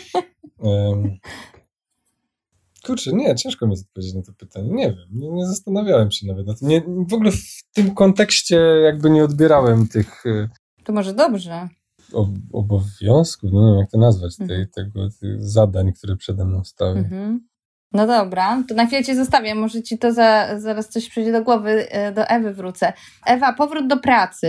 Kurczę, ciężko mi odpowiedzieć na to pytanie. Nie wiem, nie zastanawiałem się nawet na tym. W ogóle w tym kontekście jakby nie odbierałem tych... To może dobrze. Obowiązków, nie wiem jak to nazwać, tych zadań, które przede mną stały. No dobra, to na chwilę cię zostawię, może ci to zaraz coś przyjdzie do głowy, do Ewy wrócę. Ewa, powrót do pracy.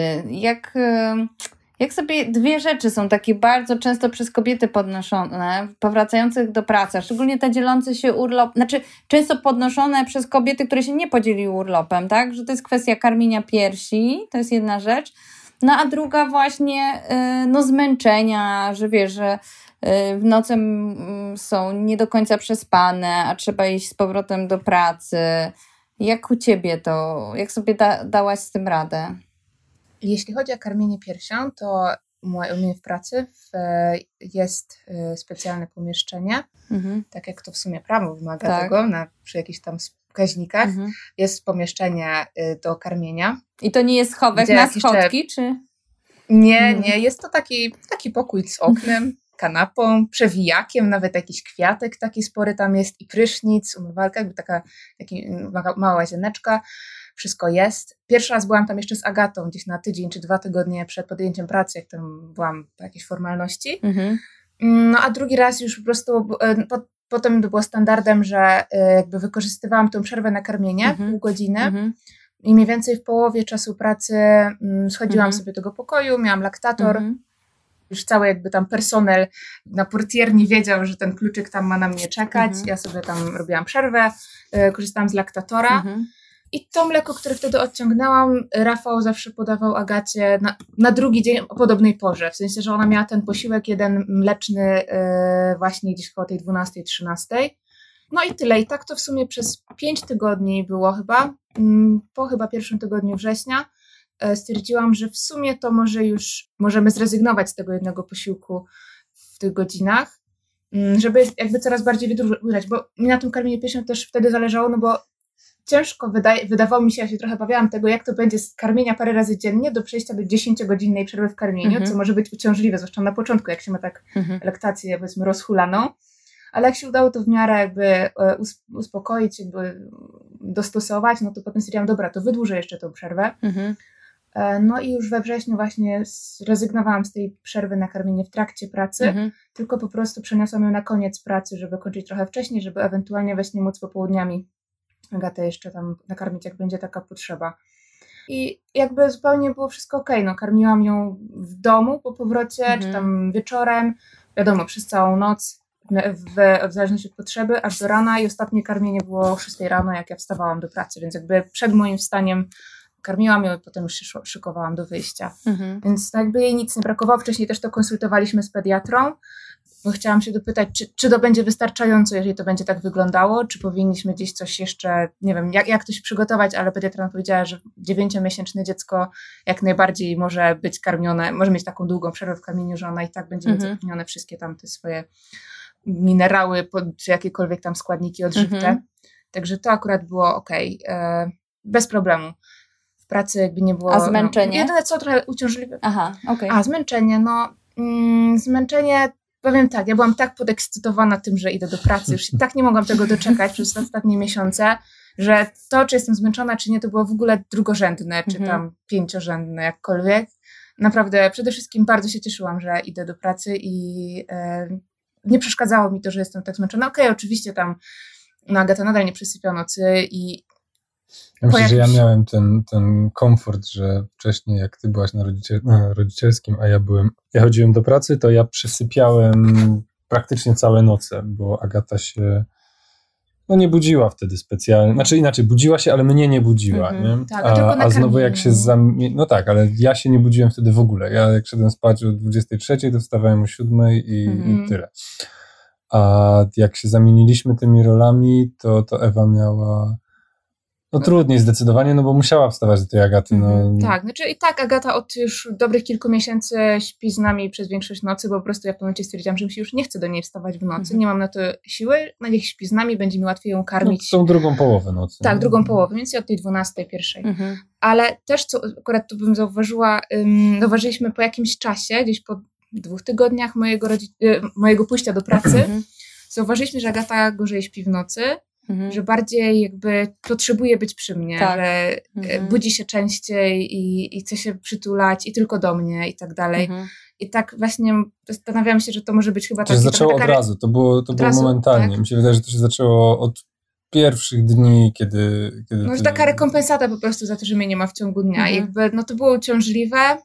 Jak sobie 2 rzeczy są takie bardzo często przez kobiety podnoszone, powracających do pracy, szczególnie te dzielące się urlop, często podnoszone przez kobiety, które się nie podzieliły urlopem, tak? Że to jest kwestia karmienia piersi, to jest jedna rzecz. A druga właśnie zmęczenia, że wiesz, że w nocy są nie do końca przespane, a trzeba iść z powrotem do pracy. Jak u ciebie to, jak sobie dałaś z tym radę? Jeśli chodzi o karmienie piersią, to u mnie w pracy jest specjalne pomieszczenie, tak jak to w sumie prawo wymaga tego, przy jakichś tam wskaźnikach. Jest pomieszczenie do karmienia. I to nie jest schowek na schodki, czy? Nie, jest to taki pokój z oknem, kanapą, przewijakiem, nawet jakiś kwiatek taki spory tam jest i prysznic, umywalka, jakby taka mała łazieneczka. Wszystko jest. Pierwszy raz byłam tam jeszcze z Agatą, gdzieś na tydzień czy 2 tygodnie przed podjęciem pracy, jak tam byłam po jakiejś formalności. A drugi raz już po prostu potem było standardem, że jakby wykorzystywałam tą przerwę na karmienie, pół godziny i mniej więcej w połowie czasu pracy schodziłam sobie do tego pokoju, miałam laktator, już cały jakby tam personel na portierni wiedział, że ten kluczyk tam ma na mnie czekać, ja sobie tam robiłam przerwę, korzystałam z laktatora. I to mleko, które wtedy odciągnęłam, Rafał zawsze podawał Agacie na drugi dzień o podobnej porze. W sensie, że ona miała ten posiłek jeden mleczny właśnie gdzieś koło tej 12-13. I tyle. I tak to w sumie przez 5 tygodni było chyba. Po chyba pierwszym tygodniu września stwierdziłam, że w sumie to może już możemy zrezygnować z tego jednego posiłku w tych godzinach. żeby jakby coraz bardziej wydłużać, bo mi na tym karmieniu piersią też wtedy zależało, no bo ciężko wydawało mi się, ja się trochę bawiałam tego, jak to będzie z karmienia parę razy dziennie do przejścia do 10-godzinnej przerwy w karmieniu, co może być uciążliwe, zwłaszcza na początku, jak się ma tak laktację, powiedzmy, rozhulaną. Ale jak się udało to w miarę jakby uspokoić, jakby dostosować, no to potem stwierdziłam, dobra, to wydłużę jeszcze tą przerwę. No i już we wrześniu właśnie zrezygnowałam z tej przerwy na karmienie w trakcie pracy, tylko po prostu przeniosłam ją na koniec pracy, żeby kończyć trochę wcześniej, żeby ewentualnie właśnie móc popołudniami Agatę jeszcze tam nakarmić, jak będzie taka potrzeba. I jakby zupełnie było wszystko okej. No karmiłam ją w domu po powrocie, czy tam wieczorem, wiadomo, przez całą noc, w zależności od potrzeby, aż do rana i ostatnie karmienie było o 6 rano, jak ja wstawałam do pracy, więc jakby przed moim wstaniem karmiłam ją i potem już się szykowałam do wyjścia. Więc jakby jej nic nie brakowało. Wcześniej też to konsultowaliśmy z pediatrą, bo chciałam się dopytać, czy to będzie wystarczająco, jeżeli to będzie tak wyglądało, czy powinniśmy gdzieś coś jeszcze, nie wiem, jak to się przygotować, ale pediatra nam powiedziała, że 9-miesięczne dziecko jak najbardziej może być karmione, może mieć taką długą przerwę w karmieniu, że ona i tak będzie mieć zapewnione wszystkie tam te swoje minerały, czy jakiekolwiek tam składniki odżywcze. Także to akurat było okej. Bez problemu. W pracy jakby nie było... A zmęczenie? Jedyne co trochę uciążliwe. Okej. A zmęczenie, zmęczenie, powiem tak, ja byłam tak podekscytowana tym, że idę do pracy, już się tak nie mogłam tego doczekać przez ostatnie miesiące, że to, czy jestem zmęczona, czy nie, to było w ogóle drugorzędne, czy tam pięciorzędne, jakkolwiek. Naprawdę przede wszystkim bardzo się cieszyłam, że idę do pracy i nie przeszkadzało mi to, że jestem tak zmęczona. Okej, oczywiście tam Agata nadal nie przesypia nocy i ja myślę, że ja miałem ten komfort, że wcześniej jak ty byłaś na rodzicielskim, a ja chodziłem do pracy, to ja przesypiałem praktycznie całe noce, bo Agata się nie budziła wtedy specjalnie. Znaczy inaczej, budziła się, ale mnie nie budziła. Nie? Tak, a znowu jak się no tak, ale ja się nie budziłem wtedy w ogóle. Ja jak szedłem spać o 23, to wstawałem o 7 i tyle. A jak się zamieniliśmy tymi rolami, to Ewa miała trudniej zdecydowanie, bo musiała wstawać do tej Agaty. Tak, znaczy i tak Agata od już dobrych kilku miesięcy śpi z nami przez większość nocy, bo po prostu ja w pewnym momencie stwierdziłam, że mi się już nie chce do niej wstawać w nocy, nie mam na to siły, niech śpi z nami, będzie mi łatwiej ją karmić. Tą drugą połowę nocy. Tak, drugą połowę, więc ja od tej 12, 1. Ale też, co akurat tu bym zauważyła, zauważyliśmy po jakimś czasie, gdzieś po 2 tygodniach mojego pójścia do pracy, zauważyliśmy, że Agata gorzej śpi w nocy, że bardziej jakby potrzebuje być przy mnie, że budzi się częściej i chce się przytulać i tylko do mnie i tak dalej. I tak właśnie zastanawiam się, że to może być chyba... To się zaczęło od razu, to było momentalnie. Tak? Mi się wydaje, że to się zaczęło od pierwszych dni, kiedy że taka rekompensata po prostu za to, że mnie nie ma w ciągu dnia. Jakby, to było uciążliwe,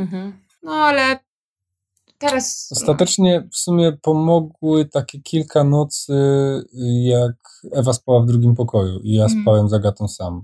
ale teraz... Ostatecznie w sumie pomogły takie kilka nocy, jak Ewa spała w drugim pokoju i ja spałem z Agatą sam.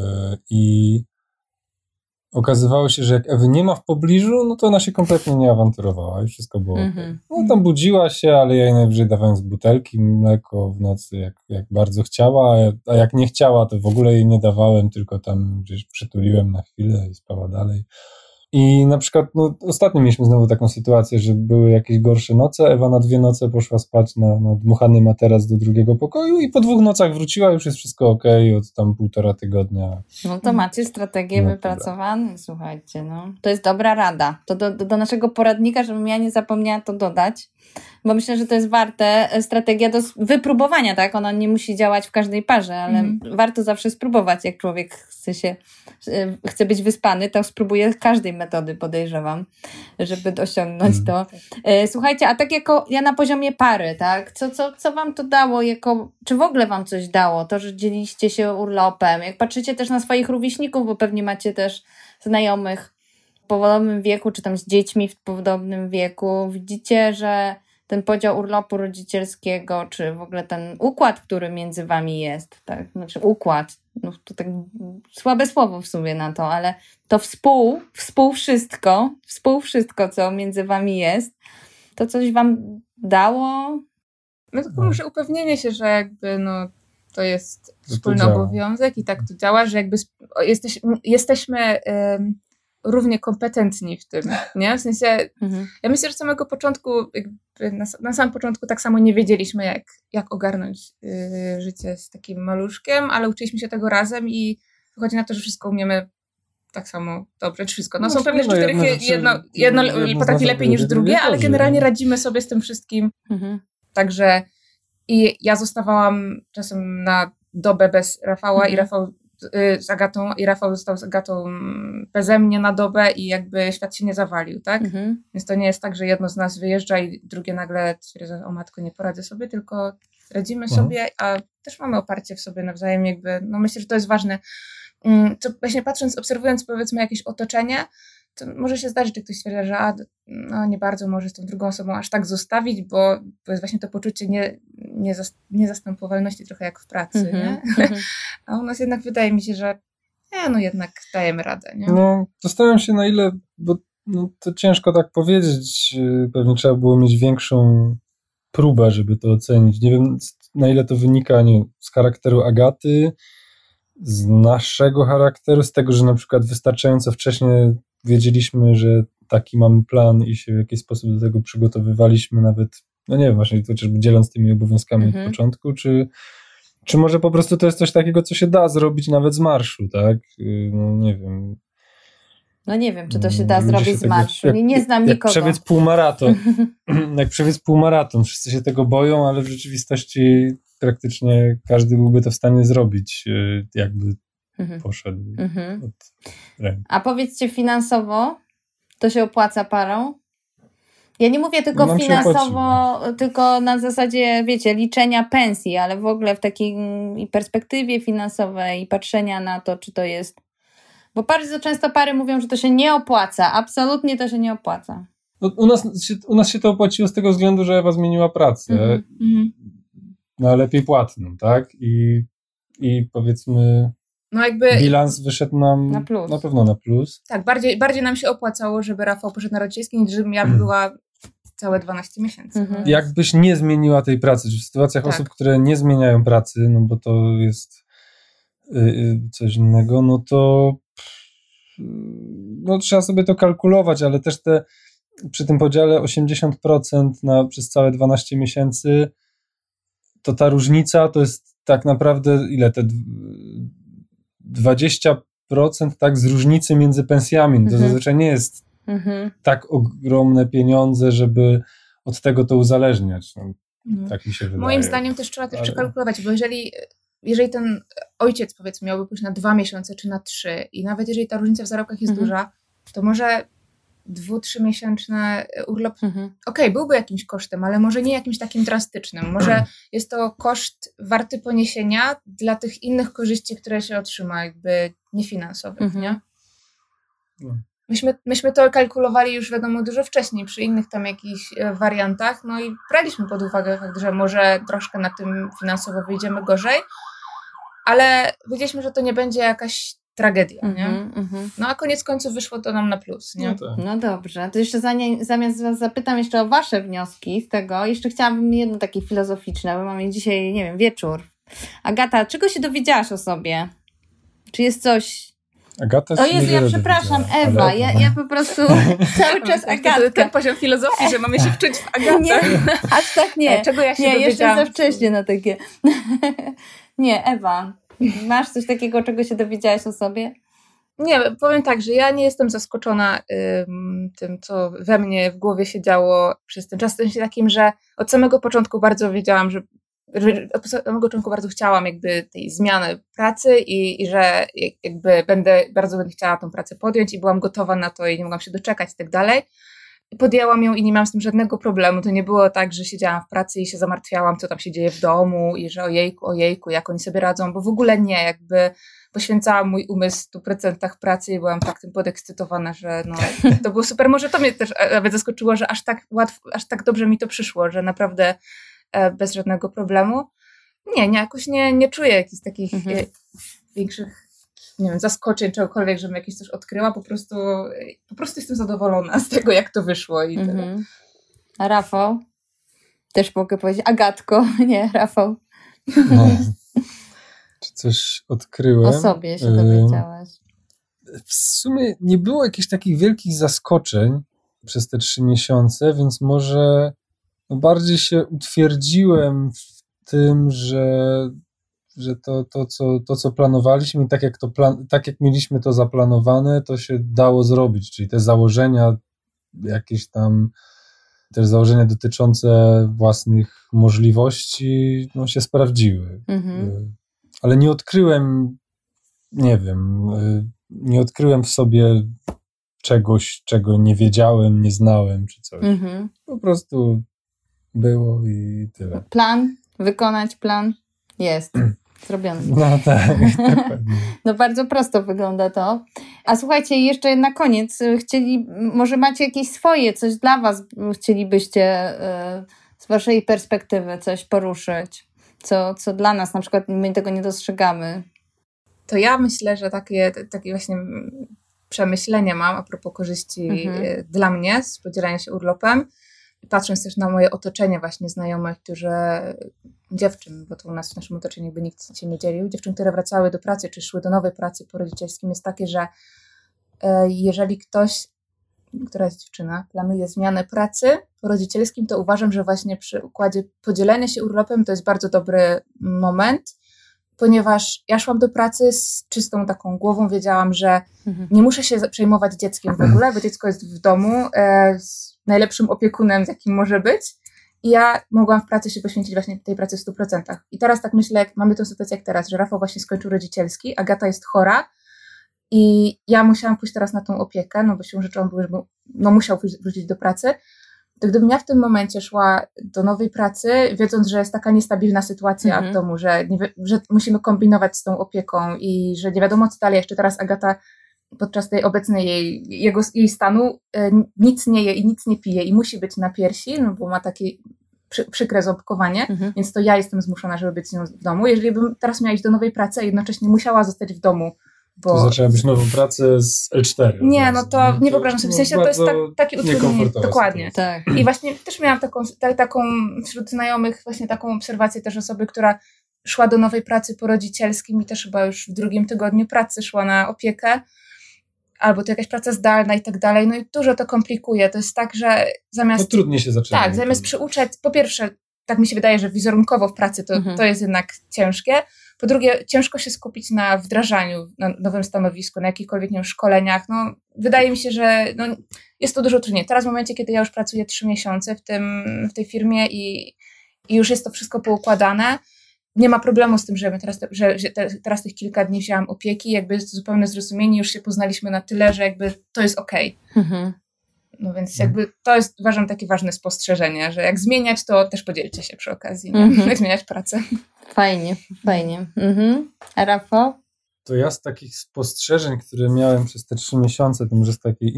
I okazywało się, że jak Ewy nie ma w pobliżu, to ona się kompletnie nie awanturowała i wszystko było okej. Tam budziła się, ale ja jej najwyżej dawałem z butelki mleko w nocy, jak bardzo chciała, a jak nie chciała, to w ogóle jej nie dawałem, tylko tam gdzieś przytuliłem na chwilę i spała dalej. I na przykład, ostatnio mieliśmy znowu taką sytuację, że były jakieś gorsze noce, Ewa na 2 noce poszła spać na dmuchany materac do drugiego pokoju i po 2 nocach wróciła, już jest wszystko okej, od tam 1,5 tygodnia. To macie strategię wypracowaną, słuchajcie, to jest dobra rada. To do naszego poradnika, żebym ja nie zapomniała to dodać, bo myślę, że to jest warte strategia do wypróbowania, tak? Ona nie musi działać w każdej parze, ale warto zawsze spróbować, jak człowiek chce być wyspany, to spróbuje każdej metody, podejrzewam, żeby osiągnąć to. Słuchajcie, a tak jako ja na poziomie pary, tak? Co wam to dało? Czy w ogóle wam coś dało? To, że dzieliliście się urlopem? Jak patrzycie też na swoich rówieśników, bo pewnie macie też znajomych w podobnym wieku, czy tam z dziećmi w podobnym wieku, widzicie, że ten podział urlopu rodzicielskiego, czy w ogóle ten układ, który między wami jest, tak? Znaczy układ, to tak słabe słowo w sumie na to, ale to wszystko, co między wami jest, to coś wam dało? Tylko może upewnienie się, że jakby to jest wspólny obowiązek i tak to działa, że jakby jesteśmy równie kompetentni w tym, nie? W sensie, ja myślę, że z samego początku, jakby na samym początku tak samo nie wiedzieliśmy, jak ogarnąć życie z takim maluszkiem, ale uczyliśmy się tego razem i wychodzi na to, że wszystko umiemy tak samo dobrze, czy wszystko. No są pewne rzeczy, których jedno potrafi lepiej niż drugie, ale generalnie radzimy sobie z tym wszystkim. Także i ja zostawałam czasem na dobę bez Rafała i Rafał z Agatą, i Rafał został z Agatą beze mnie na dobę i jakby świat się nie zawalił, tak? Więc to nie jest tak, że jedno z nas wyjeżdża i drugie nagle stwierdza, o matko, nie poradzę sobie, tylko radzimy sobie, a też mamy oparcie w sobie nawzajem, jakby, no myślę, że to jest ważne. To właśnie patrząc, obserwując powiedzmy jakieś otoczenie, to może się zdarzyć, że ktoś stwierdza, że no nie bardzo może z tą drugą osobą aż tak zostawić, bo jest właśnie to poczucie niezastępowalności trochę jak w pracy, nie? A u nas jednak wydaje mi się, że no jednak dajemy radę, nie? No, zastanawiam się na ile, bo no, to ciężko tak powiedzieć, pewnie trzeba było mieć większą próbę, żeby to ocenić. Nie wiem, na ile to wynika z charakteru Agaty, z naszego charakteru, z tego, że na przykład wystarczająco wcześnie wiedzieliśmy, że taki mamy plan i się w jakiś sposób do tego przygotowywaliśmy, nawet, no nie wiem, właśnie chociażby dzieląc tymi obowiązkami od początku, czy może po prostu to jest coś takiego, co się da zrobić nawet z marszu, tak? No nie wiem. No nie wiem, czy to się da zrobić z marszu. Nie znam nikogo. Jak przebiec półmaraton. Wszyscy się tego boją, ale w rzeczywistości praktycznie każdy byłby to w stanie zrobić, jakby poszedł od ręki. A powiedzcie, finansowo to się opłaca parą? Ja nie mówię tylko finansowo, tylko na zasadzie, wiecie, liczenia pensji, ale w ogóle w takiej perspektywie finansowej i patrzenia na to, czy to jest... Bo bardzo często pary mówią, że to się nie opłaca. Absolutnie to się nie opłaca. No, u nas się to opłaciło z tego względu, że Ewa zmieniła pracę. Na lepiej płatną, tak? I powiedzmy... No jakby bilans wyszedł nam na pewno na plus. Tak, bardziej nam się opłacało, żeby Rafał poszedł na rodzicielski, niż żebym ja była całe 12 miesięcy. Jakbyś nie zmieniła tej pracy, czy w sytuacjach osób, które nie zmieniają pracy, no bo to jest coś innego, no to trzeba sobie to kalkulować, ale też przy tym podziale 80% przez całe 12 miesięcy, to ta różnica to jest tak naprawdę ile te 20% tak z różnicy między pensjami. To zazwyczaj nie jest tak ogromne pieniądze, żeby od tego to uzależniać. Tak mi się wydaje. Moim zdaniem też trzeba przekalkulować, bo jeżeli ten ojciec powiedzmy miałby pójść na 2 miesiące czy na 3 i nawet jeżeli ta różnica w zarobkach jest duża, to może 2-3 miesięczny urlop, byłby jakimś kosztem, ale może nie jakimś takim drastycznym. Może jest to koszt warty poniesienia dla tych innych korzyści, które się otrzyma, jakby niefinansowych, nie? Myśmy to kalkulowali już wiadomo dużo wcześniej przy innych tam jakichś wariantach, no i braliśmy pod uwagę fakt, że może troszkę na tym finansowo wyjdziemy gorzej, ale wiedzieliśmy, że to nie będzie jakaś tragedia, nie? No a koniec końców wyszło to nam na plus, nie? No dobrze, to jeszcze zamiast was zapytam jeszcze o wasze wnioski z tego, jeszcze chciałabym jedno takie filozoficzne, bo mamy dzisiaj, nie wiem, wieczór. Agata, czego się dowiedziałaś o sobie? Czy jest coś... Agata o Jezu, ja przepraszam, Ewa, ja po prostu cały czas Agatka. Ten poziom filozofii, że mamy się wczuć w Agatę. Nie, aż tak nie. Czego ja się dowiedziałam? Jeszcze za wcześnie na takie... Nie, Ewa, masz coś takiego, czego się dowiedziałaś o sobie? Nie, powiem tak, że ja nie jestem zaskoczona tym, co we mnie w głowie się działo przez ten czas. W sensie takim, że od samego początku bardzo wiedziałam, że od samego początku bardzo chciałam jakby tej zmiany pracy i że jakby będę chciała tą pracę podjąć i byłam gotowa na to i nie mogłam się doczekać i tak dalej. Podjęłam ją i nie miałam z tym żadnego problemu. To nie było tak, że siedziałam w pracy i się zamartwiałam, co tam się dzieje w domu i że ojejku, jak oni sobie radzą, bo w ogóle nie, jakby poświęcałam mój umysł w 100% pracy i byłam tak tym podekscytowana, że to było super. Może to mnie też nawet zaskoczyło, że aż tak dobrze mi to przyszło, że naprawdę bez żadnego problemu. Jakoś nie czuję jakichś takich większych, nie wiem, zaskoczeń, czegokolwiek, żebym jakieś coś odkryła. Po prostu jestem zadowolona z tego, jak to wyszło i tyle. A Rafał? Też mogę powiedzieć Agatko, nie, Rafał. Czy coś odkryłem? O sobie się dowiedziałaś. W sumie nie było jakichś takich wielkich zaskoczeń przez te 3 miesiące, więc może bardziej się utwierdziłem w tym, że to, co planowaliśmy i tak jak mieliśmy to zaplanowane, to się dało zrobić, czyli te założenia, jakieś tam też założenia dotyczące własnych możliwości, się sprawdziły. Ale nie odkryłem, nie odkryłem w sobie czegoś, czego nie wiedziałem, nie znałem, czy coś. Po prostu było i tyle. Wykonać plan jest zrobiony. No tak, dokładnie. No bardzo prosto wygląda to. A słuchajcie, jeszcze na koniec, może macie jakieś swoje, coś dla was chcielibyście z waszej perspektywy coś poruszyć, co dla nas na przykład my tego nie dostrzegamy. To ja myślę, że takie właśnie przemyślenia mam a propos korzyści dla mnie z podzielania się urlopem. Patrząc też na moje otoczenie właśnie znajomych, dziewczyn, bo to u nas w naszym otoczeniu jakby nikt się nie dzielił, dziewczyn, które wracały do pracy, czy szły do nowej pracy po rodzicielskim, jest takie, że jeżeli która jest dziewczyna, planuje zmianę pracy po rodzicielskim, to uważam, że właśnie przy układzie podzielenia się urlopem to jest bardzo dobry moment, ponieważ ja szłam do pracy z czystą taką głową, wiedziałam, że nie muszę się przejmować dzieckiem w ogóle, bo dziecko jest w domu z najlepszym opiekunem, z jakim może być, i ja mogłam w pracy się poświęcić właśnie tej pracy w 100%. I teraz tak myślę, jak mamy tę sytuację jak teraz, że Rafał właśnie skończył rodzicielski, Agata jest chora i ja musiałam pójść teraz na tą opiekę, no bo siłą rzeczy on musiał wrócić do pracy, to gdybym ja w tym momencie szła do nowej pracy, wiedząc, że jest taka niestabilna sytuacja w domu, że musimy kombinować z tą opieką i że nie wiadomo co dalej, jeszcze teraz Agata podczas tej obecnej jej stanu nic nie je i nic nie pije i musi być na piersi, no bo ma takie przykre ząbkowanie, więc to ja jestem zmuszona, żeby być z nią w domu. Jeżeli bym teraz miała iść do nowej pracy, a jednocześnie musiała zostać w domu, to zaczęłabyś nową pracę z L4. Nie, no to nie wyobrażam sobie. W sensie to jest takie utrudnienie. Dokładnie. Tak. I właśnie też miałam taką wśród znajomych właśnie taką obserwację też osoby, która szła do nowej pracy po rodzicielskim i też chyba już w 2. tygodniu pracy szła na opiekę, albo to jakaś praca zdalna i tak dalej. No i dużo to komplikuje. To jest tak, że zamiast... To trudniej się zaczyna. Tak, zamiast przyuczać, po pierwsze, tak mi się wydaje, że wizerunkowo w pracy to jest jednak ciężkie. Po drugie, ciężko się skupić na wdrażaniu, na nowym stanowisku, na jakichkolwiek szkoleniach. No, wydaje mi się, że jest to dużo trudniej. Teraz w momencie, kiedy ja już pracuję 3 miesiące w tej firmie i już jest to wszystko poukładane, nie ma problemu z tym, że teraz tych kilka dni wzięłam opieki, jakby jest to zupełne zrozumienie, już się poznaliśmy na tyle, że jakby to jest okej. No więc jakby to jest, uważam, takie ważne spostrzeżenie, że jak zmieniać, to też podzielcie się przy okazji, jak zmieniać pracę. Fajnie. A Rafał? To ja z takich spostrzeżeń, które miałem przez te 3 miesiące, to może z takiej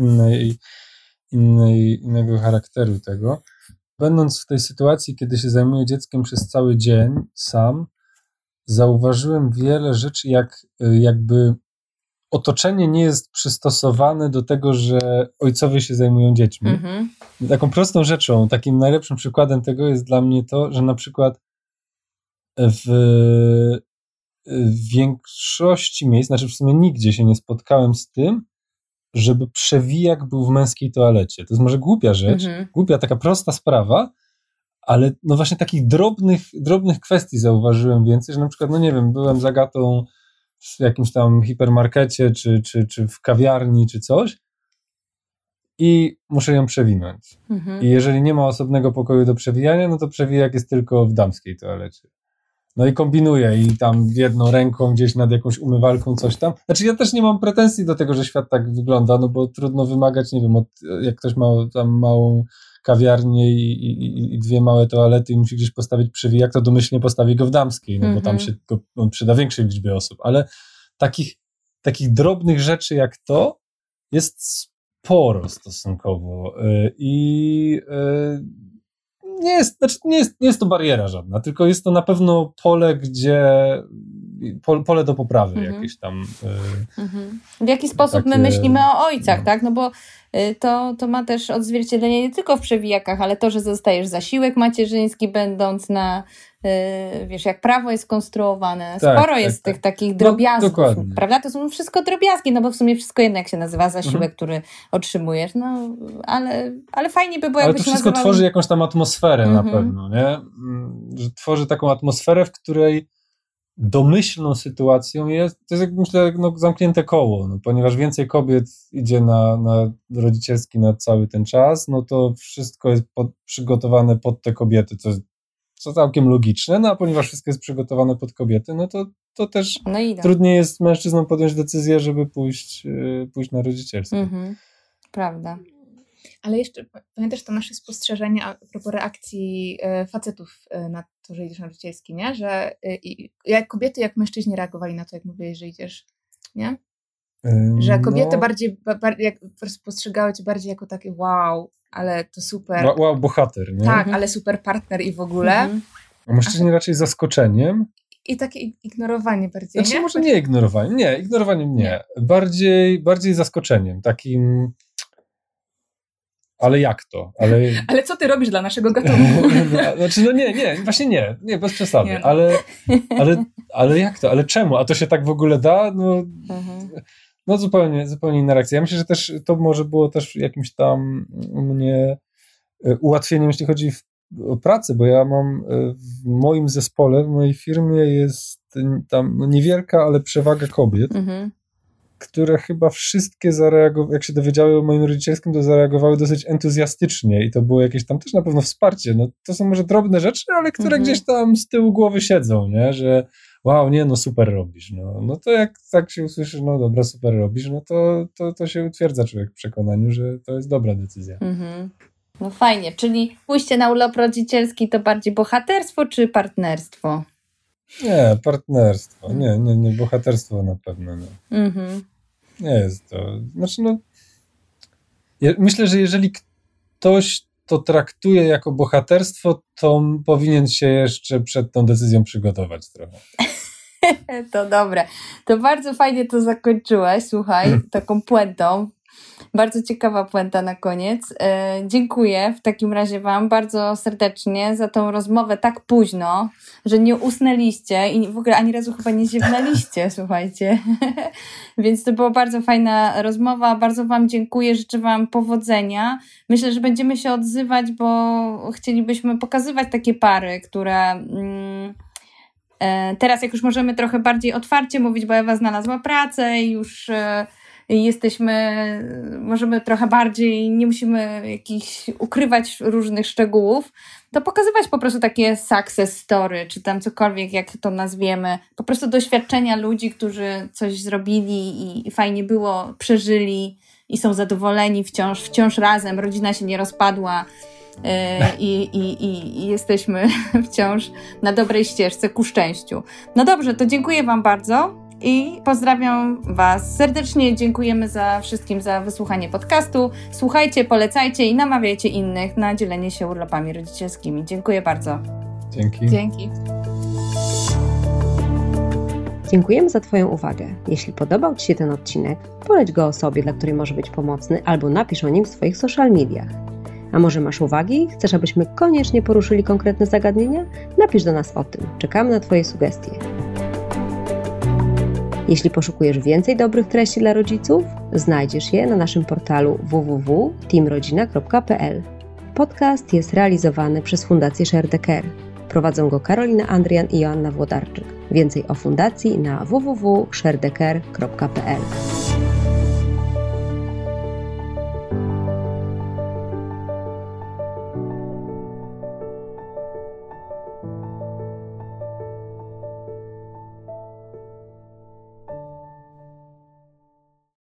innego charakteru tego, będąc w tej sytuacji, kiedy się zajmuję dzieckiem przez cały dzień sam, zauważyłem wiele rzeczy, jakby otoczenie nie jest przystosowane do tego, że ojcowie się zajmują dziećmi. Taką prostą rzeczą, takim najlepszym przykładem tego jest dla mnie to, że na przykład w większości miejsc, znaczy w sumie nigdzie się nie spotkałem z tym, żeby przewijak był w męskiej toalecie. To jest może głupia rzecz, głupia, taka prosta sprawa, ale no właśnie takich drobnych kwestii zauważyłem więcej, że na przykład, no nie wiem, byłem z Agatą w jakimś tam hipermarkecie, czy w kawiarni, czy coś i muszę ją przewinąć. I jeżeli nie ma osobnego pokoju do przewijania, no to przewijak jest tylko w damskiej toalecie. No i kombinuję i tam jedną ręką gdzieś nad jakąś umywalką coś tam. Znaczy ja też nie mam pretensji do tego, że świat tak wygląda, no bo trudno wymagać, nie wiem, jak ktoś ma tam małą kawiarnię i 2 małe toalety i musi gdzieś postawić przewijak, to domyślnie postawi go w damskiej, no bo tam się on przyda większej liczbie osób, ale takich drobnych rzeczy jak to jest sporo stosunkowo i nie jest to bariera żadna, tylko jest to na pewno pole, gdzie pole do poprawy jakieś tam. W jaki sposób my myślimy o ojcach, tak? No bo to ma też odzwierciedlenie nie tylko w przewijakach, ale to, że dostajesz zasiłek macierzyński, będąc na, wiesz, jak prawo jest konstruowane. Sporo jest tych takich drobiazgów, prawda? To są wszystko drobiazgi, no bo w sumie wszystko jedno, jak się nazywa zasiłek, który otrzymujesz, no ale fajnie by było, jakbyś ale to wszystko tworzy jakąś tam atmosferę na pewno, nie? Że tworzy taką atmosferę, w której domyślną sytuacją jest, to jest jak myślę, zamknięte koło, no, ponieważ więcej kobiet idzie na rodzicielski na cały ten czas, no to wszystko jest przygotowane pod te kobiety, co całkiem logiczne, no a ponieważ wszystko jest przygotowane pod kobiety, no to też trudniej jest mężczyznom podjąć decyzję, żeby pójść na rodzicielstwo. Prawda. Ale jeszcze pamiętasz to nasze spostrzeżenie a propos reakcji facetów na to, że idziesz na rodzicielski, nie? Że jak kobiety, jak mężczyźni reagowali na to, jak mówiłeś, że idziesz, nie? Że kobiety bardziej jak postrzegały cię bardziej jako takie wow, ale to super. Wow, bohater, nie? Tak, ale super partner i w ogóle. A mężczyźni raczej zaskoczeniem. I takie ignorowanie bardziej, znaczy, nie? Może nie ignorowanie, nie, ignorowaniem nie. Bardziej zaskoczeniem, takim... Ale jak to? Ale co ty robisz dla naszego gatunku? Właśnie nie, bez przesady. Nie. Ale jak to? Ale czemu? A to się tak w ogóle da? No zupełnie inna reakcja. Ja myślę, że też to może było też jakimś tam mnie ułatwieniem, jeśli chodzi o pracę, bo ja mam w moim zespole, w mojej firmie jest tam niewielka, ale przewaga kobiet, które chyba wszystkie zareagowały, jak się dowiedziały o moim rodzicielskim, to zareagowały dosyć entuzjastycznie i to było jakieś tam też na pewno wsparcie. No, to są może drobne rzeczy, ale które gdzieś tam z tyłu głowy siedzą, nie? Że wow, nie, no super robisz. No to jak tak się usłyszysz, no dobra, super robisz, no to się utwierdza człowiek w przekonaniu, że to jest dobra decyzja. No fajnie, czyli pójście na urlop rodzicielski to bardziej bohaterstwo czy partnerstwo? Nie, partnerstwo. Nie, bohaterstwo na pewno. No. Nie jest to. Znaczy, ja myślę, że jeżeli ktoś to traktuje jako bohaterstwo, to powinien się jeszcze przed tą decyzją przygotować trochę. To dobre. To bardzo fajnie to zakończyłeś, słuchaj, taką puentą. Bardzo ciekawa puenta na koniec. Dziękuję w takim razie wam bardzo serdecznie za tą rozmowę tak późno, że nie usnęliście i w ogóle ani razu chyba nie ziewnęliście, słuchajcie. Więc to była bardzo fajna rozmowa. Bardzo wam dziękuję, życzę wam powodzenia. Myślę, że będziemy się odzywać, bo chcielibyśmy pokazywać takie pary, które... Teraz jak już możemy trochę bardziej otwarcie mówić, bo Ewa znalazła pracę i już możemy trochę bardziej, nie musimy jakichś ukrywać różnych szczegółów, to pokazywać po prostu takie success story, czy tam cokolwiek, jak to nazwiemy, po prostu doświadczenia ludzi, którzy coś zrobili i fajnie było, przeżyli i są zadowoleni wciąż razem, rodzina się nie rozpadła. I jesteśmy wciąż na dobrej ścieżce ku szczęściu. No dobrze, to dziękuję wam bardzo i pozdrawiam was serdecznie. Dziękujemy wszystkim za wysłuchanie podcastu. Słuchajcie, polecajcie i namawiajcie innych na dzielenie się urlopami rodzicielskimi. Dziękuję bardzo. Dzięki. Dziękujemy za twoją uwagę. Jeśli podobał ci się ten odcinek, poleć go osobie, dla której może być pomocny, albo napisz o nim w swoich social mediach. A może masz uwagi? Chcesz, abyśmy koniecznie poruszyli konkretne zagadnienia? Napisz do nas o tym. Czekamy na twoje sugestie. Jeśli poszukujesz więcej dobrych treści dla rodziców, znajdziesz je na naszym portalu www.teamrodzina.pl. Podcast jest realizowany przez Fundację Share the Care. Prowadzą go Karolina Andrian i Joanna Włodarczyk. Więcej o fundacji na www.sharedecare.pl.